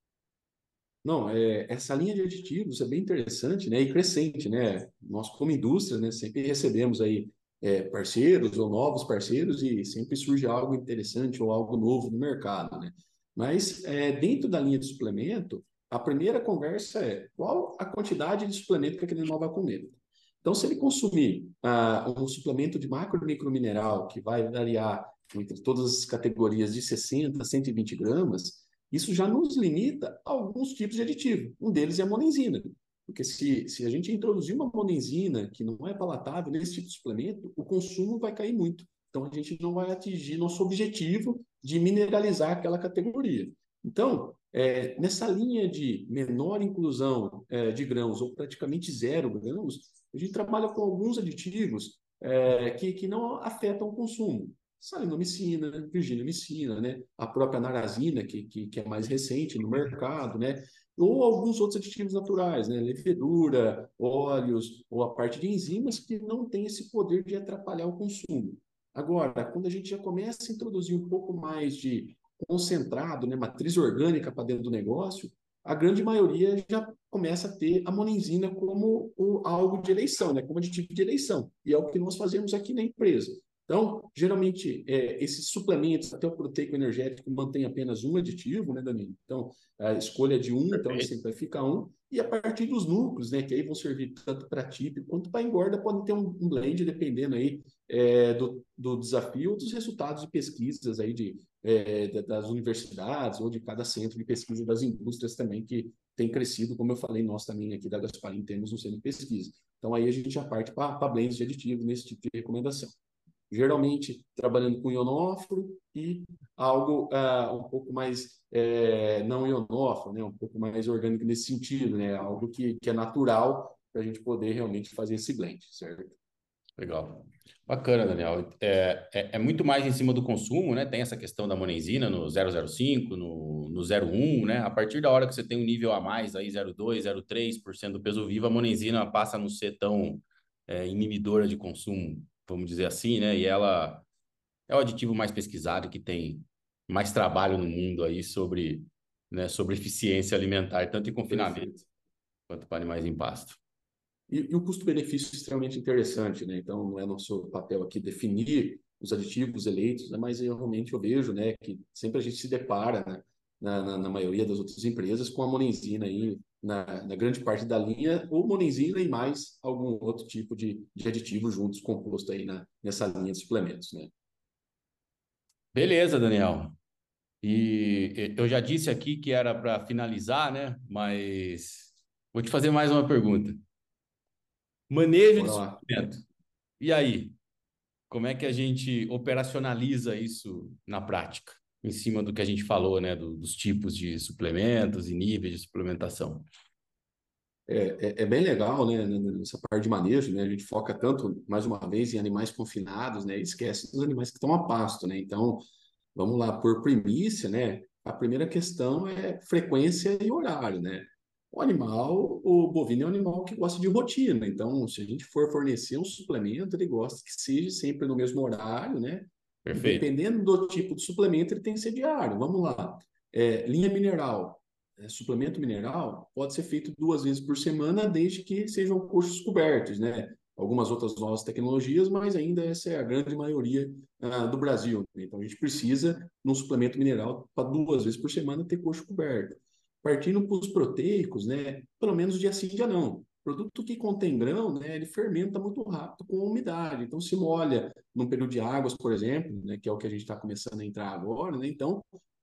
Não, é, essa linha de aditivos é bem interessante, né, e crescente, né? Nós, como indústria, né, sempre recebemos aí é, parceiros ou novos parceiros e sempre surge algo interessante ou algo novo no mercado, né? Mas é, dentro da linha de suplemento, a primeira conversa é qual a quantidade de suplemento que aquele animal vai comer. Então, se ele consumir ah, um suplemento de macro e micromineral que vai variar entre todas as categorias de sessenta a cento e vinte gramas, isso já nos limita a alguns tipos de aditivo. Um deles é a monenzina. Porque se, se a gente introduzir uma monenzina que não é palatável nesse tipo de suplemento, o consumo vai cair muito. Então, a gente não vai atingir nosso objetivo de mineralizar aquela categoria. Então, é, nessa linha de menor inclusão é, de grãos, ou praticamente zero grãos, a gente trabalha com alguns aditivos é, que, que não afetam o consumo. Salinomicina, virginamicina, né? A própria narazina, que, que, que é mais recente no mercado, né? Ou alguns outros aditivos naturais, né? Levedura, óleos, ou a parte de enzimas que não tem esse poder de atrapalhar o consumo. Agora, quando a gente já começa a introduzir um pouco mais de concentrado, né? Matriz orgânica para dentro do negócio, a grande maioria já começa a ter a monenzina como o, algo de eleição, né? Como aditivo de eleição. E é o que nós fazemos aqui na empresa. Então, geralmente, é, esses suplementos, até o proteico energético, mantém apenas um aditivo, né, Danilo? Então, a escolha de um, então ele Perfeito. sempre vai ficar um. E a partir dos núcleos, né, que aí vão servir tanto para típico quanto para engorda, pode ter um, um blend, dependendo aí é, do, do desafio, dos resultados de pesquisas aí de, é, das universidades ou de cada centro de pesquisa das indústrias também, que tem crescido, como eu falei, nós também aqui da Gasparim temos um centro de pesquisa. Então, aí a gente já parte para blends de aditivos nesse tipo de recomendação, geralmente trabalhando com ionóforo e algo uh, um pouco mais é, não ionóforo, né? Um pouco mais orgânico nesse sentido, né? Algo que, que é natural para a gente poder realmente fazer esse blend, certo? Legal. Bacana, Daniel. É, é, é muito mais em cima do consumo, né? Tem essa questão da monenzina no zero zero cinco, no, no zero vírgula um, né? A partir da hora que você tem um nível a mais, aí zero vírgula dois, zero vírgula três por cento do peso vivo, a monenzina passa a não ser tão é, inibidora de consumo, vamos dizer assim, né? E ela é o aditivo mais pesquisado, que tem mais trabalho no mundo aí sobre, né, sobre eficiência alimentar, tanto em confinamento Perfeito. quanto para animais em pasto. E, e o custo-benefício é extremamente interessante, né? Então, não é nosso papel aqui definir os aditivos eleitos, né? Mas eu realmente eu vejo, né, que sempre a gente se depara, né, na, na, na maioria das outras empresas com a monenzina aí na, na grande parte da linha, ou monenzina e mais algum outro tipo de, de aditivo juntos composto aí na, nessa linha de suplementos, né? Beleza, Daniel. E eu já disse aqui que era para finalizar, né? Mas vou te fazer mais uma pergunta. Manejo de Bora lá. suplemento. E aí? Como é que a gente operacionaliza isso na prática? Em cima do que a gente falou, né? Do- dos tipos de suplementos e níveis de suplementação. É, é, é bem legal, né, nessa parte de manejo, né, a gente foca tanto, mais uma vez, em animais confinados, né, e esquece dos animais que estão a pasto, né, então, vamos lá, por primícia, né, a primeira questão é frequência e horário, né, o animal, o bovino é um animal que gosta de rotina, então, se a gente for fornecer um suplemento, ele gosta que seja sempre no mesmo horário, né, e Perfeito. dependendo do tipo de suplemento, ele tem que ser diário, vamos lá, é, linha mineral, é, suplemento mineral pode ser feito duas vezes por semana, desde que sejam coxos cobertos, né? algumas outras novas tecnologias, mas ainda essa é a grande maioria uh, do Brasil. Então, a gente precisa, num suplemento mineral, para duas vezes por semana, ter coxo coberto. Partindo para os proteicos, né, pelo menos dia sim, dia não. Produto que contém grão, né, ele fermenta muito rápido com a umidade. Então, se molha num período de águas, por exemplo, né, que é o que a gente está começando a entrar agora, né, então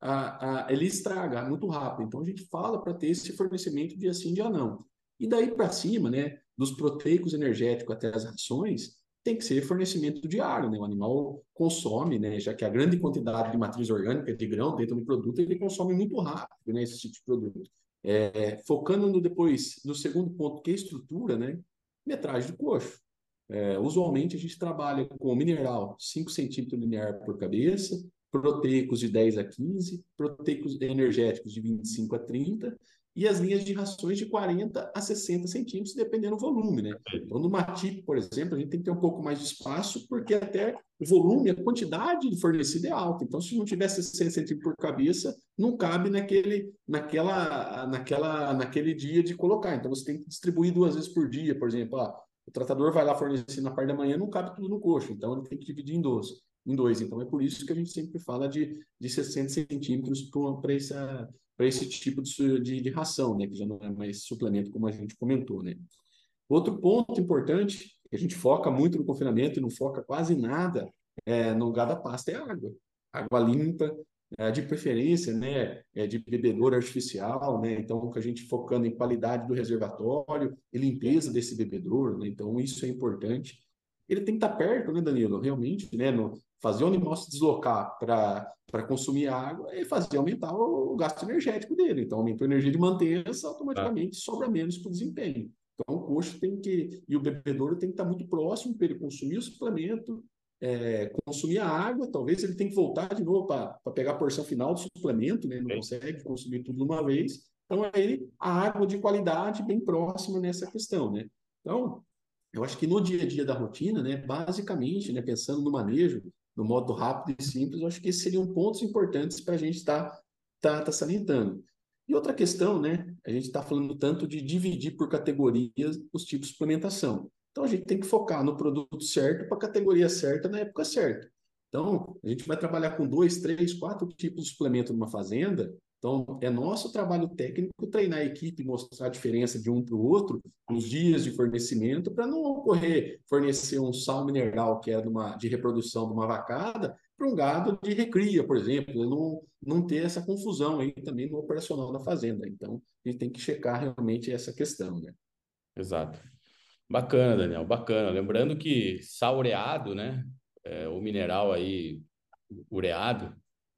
a, a, ele estraga muito rápido. Então, a gente fala para ter esse fornecimento dia sim, dia não. E daí para cima, né, dos proteicos energéticos até as rações, tem que ser fornecimento diário, né? O animal consome, né, já que a grande quantidade de matriz orgânica de grão dentro do produto, ele consome muito rápido, né, esse tipo de produto. É, focando no depois no segundo ponto, que é a estrutura, né? Metragem do coxo. É, usualmente a gente trabalha com mineral cinco centímetros linear por cabeça, proteicos de dez a quinze, proteicos energéticos de vinte e cinco a trinta e as linhas de rações de quarenta a sessenta centímetros, dependendo do volume, né? Então, no Matip, por exemplo, a gente tem que ter um pouco mais de espaço, porque até o volume, a quantidade fornecida é alta. Então, se não tiver sessenta centímetros por cabeça, não cabe naquele, naquela, naquela, naquele dia de colocar. Então, você tem que distribuir duas vezes por dia, por exemplo. Ah, o tratador vai lá fornecer na parte da manhã, não cabe tudo no coxo. Então, ele tem que dividir em dois. Em dois. Então, é por isso que a gente sempre fala de, de sessenta centímetros para essa para esse tipo de, de, de ração, né, que já não é mais suplemento, como a gente comentou, né. Outro ponto importante, que a gente foca muito no confinamento e não foca quase nada é, no gado a pasta, é a água. Água limpa, é, de preferência, né, é, de bebedouro artificial, né, então que a gente focando em qualidade do reservatório e limpeza desse bebedouro, né, então isso é importante. Ele tem que estar perto, né, Danilo, realmente, né, no, fazer o animal se deslocar para para consumir água e fazer aumentar o, o gasto energético dele. Então, aumenta a energia de mantença, automaticamente sobra menos para o desempenho. Então, o coxo tem que, e o bebedouro tem que estar muito próximo para ele consumir o suplemento, é, consumir a água, talvez ele tenha que voltar de novo para pegar a porção final do suplemento, né? Não consegue consumir tudo de uma vez. Então, é ele, a água de qualidade bem próxima nessa questão, né? Então, eu acho que no dia a dia da rotina, né, basicamente, né, pensando no manejo, no modo rápido e simples, eu acho que esses seriam pontos importantes para a gente estar tá, tá, tá salientando. E outra questão, né, a gente está falando tanto de dividir por categorias os tipos de suplementação. Então, a gente tem que focar no produto certo para a categoria certa na época certa. Então, a gente vai trabalhar com dois, três, quatro tipos de suplemento numa fazenda. Então, é nosso trabalho técnico treinar a equipe, mostrar a diferença de um para o outro, nos dias de fornecimento, para não ocorrer fornecer um sal mineral que é de, uma, de reprodução de uma vacada para um gado de recria, por exemplo, não, não ter essa confusão aí também no operacional da fazenda. Então, a gente tem que checar realmente essa questão, né? Exato. Bacana, Daniel, bacana. Lembrando que sal ureado, né, é, o mineral aí ureado,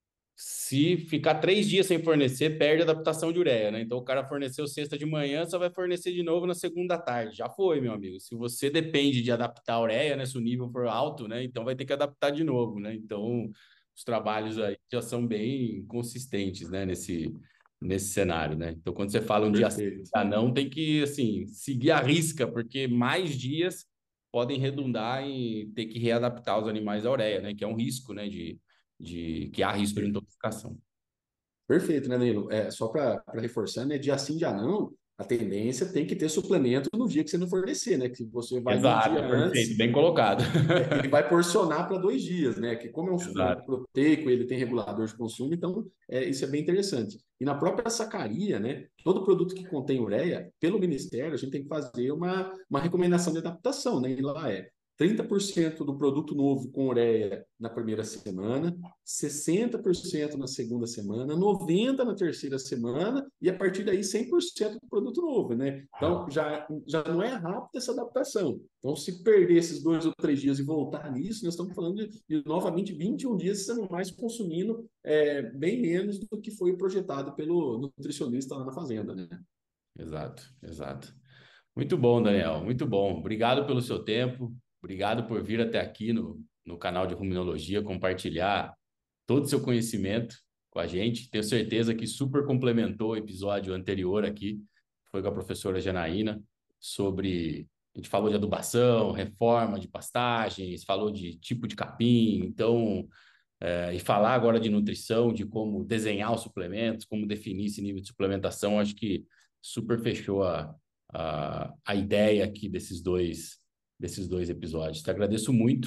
se ficar três dias sem fornecer, perde a adaptação de ureia, né? Então o cara forneceu sexta de manhã, só vai fornecer de novo na segunda tarde. Já foi, meu amigo. Se você depende de adaptar a ureia, né? Se o nível for alto, né? Então vai ter que adaptar de novo, né? Então os trabalhos aí já são bem consistentes, né? Nesse, nesse cenário, né? Então quando você fala um dia Perfeito. ah, não, tem que, assim, seguir a risca, porque mais dias podem redundar em ter que readaptar os animais à ureia, né? Que é um risco, né? De de que há risco de intoxicação. Perfeito, né, Danilo? É, só para reforçar, né? Dia sim, dia não, a tendência tem que ter suplemento no dia que você não fornecer, né? Que você vai um dia Exato, perfeito, antes, bem colocado. é, e vai porcionar para dois dias, né? Que como é um suplemento Exato. proteico, ele tem regulador de consumo, então é, isso é bem interessante. E na própria sacaria, né? Todo produto que contém ureia, pelo Ministério, a gente tem que fazer uma, uma recomendação de adaptação, né? E lá é trinta por cento do produto novo com ureia na primeira semana, sessenta por cento na segunda semana, noventa por cento na terceira semana e a partir daí cem por cento do produto novo, né? Então já, já não é rápida essa adaptação. Então se perder esses dois ou três dias e voltar nisso, nós estamos falando de, de novamente vinte e um dias sendo mais consumindo é, bem menos do que foi projetado pelo nutricionista lá na fazenda, né? Exato, exato. Muito bom, Daniel, muito bom. Obrigado pelo seu tempo, obrigado por vir até aqui no, no canal de Ruminologia, compartilhar todo o seu conhecimento com a gente. Tenho certeza que super complementou o episódio anterior aqui, foi com a professora Janaína, sobre... A gente falou de adubação, reforma de pastagens, falou de tipo de capim, então... É, e falar agora de nutrição, de como desenhar os suplementos, como definir esse nível de suplementação, acho que super fechou a, a, a ideia aqui desses dois desses dois episódios. Te agradeço muito.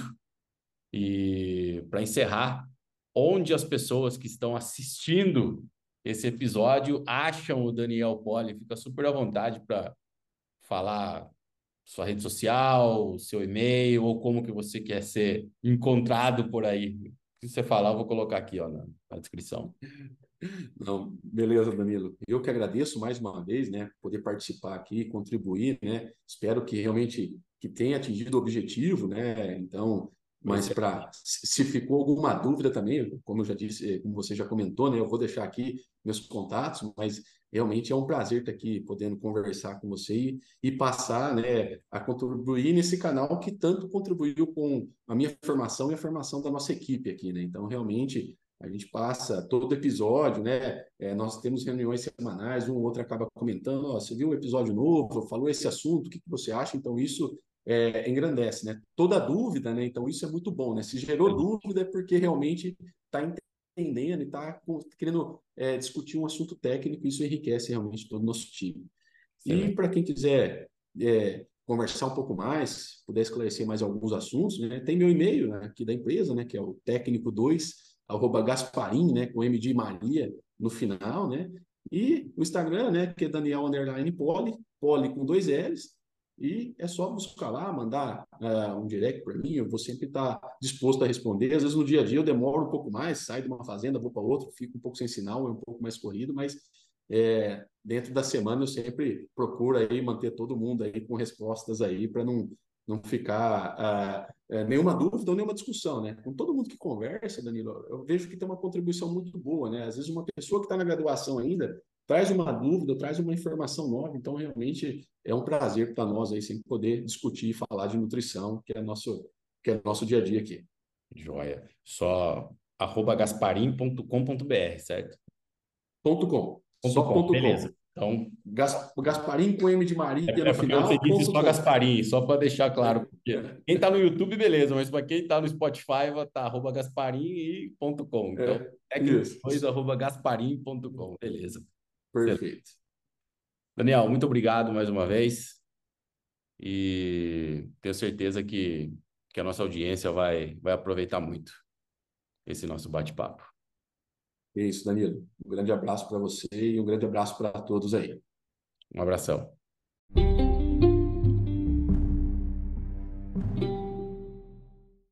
E para encerrar, onde as pessoas que estão assistindo esse episódio acham o Daniel Poli? Fica super à vontade para falar sua rede social, seu e-mail, ou como que você quer ser encontrado por aí. Se você falar, eu vou colocar aqui, ó, na, na descrição. Não, beleza, Danilo. Eu que agradeço mais uma vez, né, poder participar aqui, contribuir, né? Espero que realmente que tenha atingido o objetivo, né? Então, mas para se ficou alguma dúvida também, como eu já disse, como você já comentou, né, eu vou deixar aqui meus contatos, mas realmente é um prazer estar aqui podendo conversar com você e, e passar, né, a contribuir nesse canal que tanto contribuiu com a minha formação e a formação da nossa equipe aqui, né? Então, realmente a gente passa todo episódio, né? É, nós temos reuniões semanais, um ou outro acaba comentando, ó, você viu um episódio novo, falou esse assunto, o que, que você acha? Então, isso é, engrandece, né? Toda dúvida, né? Então, isso é muito bom, né? Se gerou dúvida é porque realmente está entendendo e está querendo é, discutir um assunto técnico, isso enriquece realmente todo o nosso time. E para quem quiser é, conversar um pouco mais, puder esclarecer mais alguns assuntos, né? Tem meu e-mail, né, aqui da empresa, né? Que é o técnico dois arroba Gasparim, né, com M de Maria no final, né? E o Instagram, né, que é Daniel Underline Poli, Poli com dois L's, e é só buscar lá, mandar uh, um direct para mim, eu vou sempre estar disposto a responder. Às vezes no dia a dia eu demoro um pouco mais, saio de uma fazenda, vou para outra, fico um pouco sem sinal, é um pouco mais corrido, mas é, dentro da semana eu sempre procuro aí manter todo mundo aí com respostas aí para não não ficar ah, é, nenhuma dúvida ou nenhuma discussão, né? Com todo mundo que conversa, Danilo, eu vejo que tem uma contribuição muito boa, né? Às vezes uma pessoa que está na graduação ainda traz uma dúvida, traz uma informação nova, então realmente é um prazer para nós aí sempre poder discutir e falar de nutrição, que é nosso, que é nosso dia a dia aqui. Joia. Só arroba gasparim ponto com ponto br, certo? Ponto .com. Ponto Só com. ponto Beleza. .com. Então, Gas, Gasparim com M de Maria é, no é porque você final, disse ponto só .com. Gasparim, só para deixar claro. Porque É, quem está no YouTube, beleza, mas para quem está no Spotify, vai estar arroba gasparim e ponto com. Então, é, técnico dois isso. arroba gasparim ponto com. Beleza. Perfeito. Daniel, muito obrigado mais uma vez. E tenho certeza que, que a nossa audiência vai, vai aproveitar muito esse nosso bate-papo. É isso, Danilo. Um grande abraço para você e um grande abraço para todos aí. Um abração.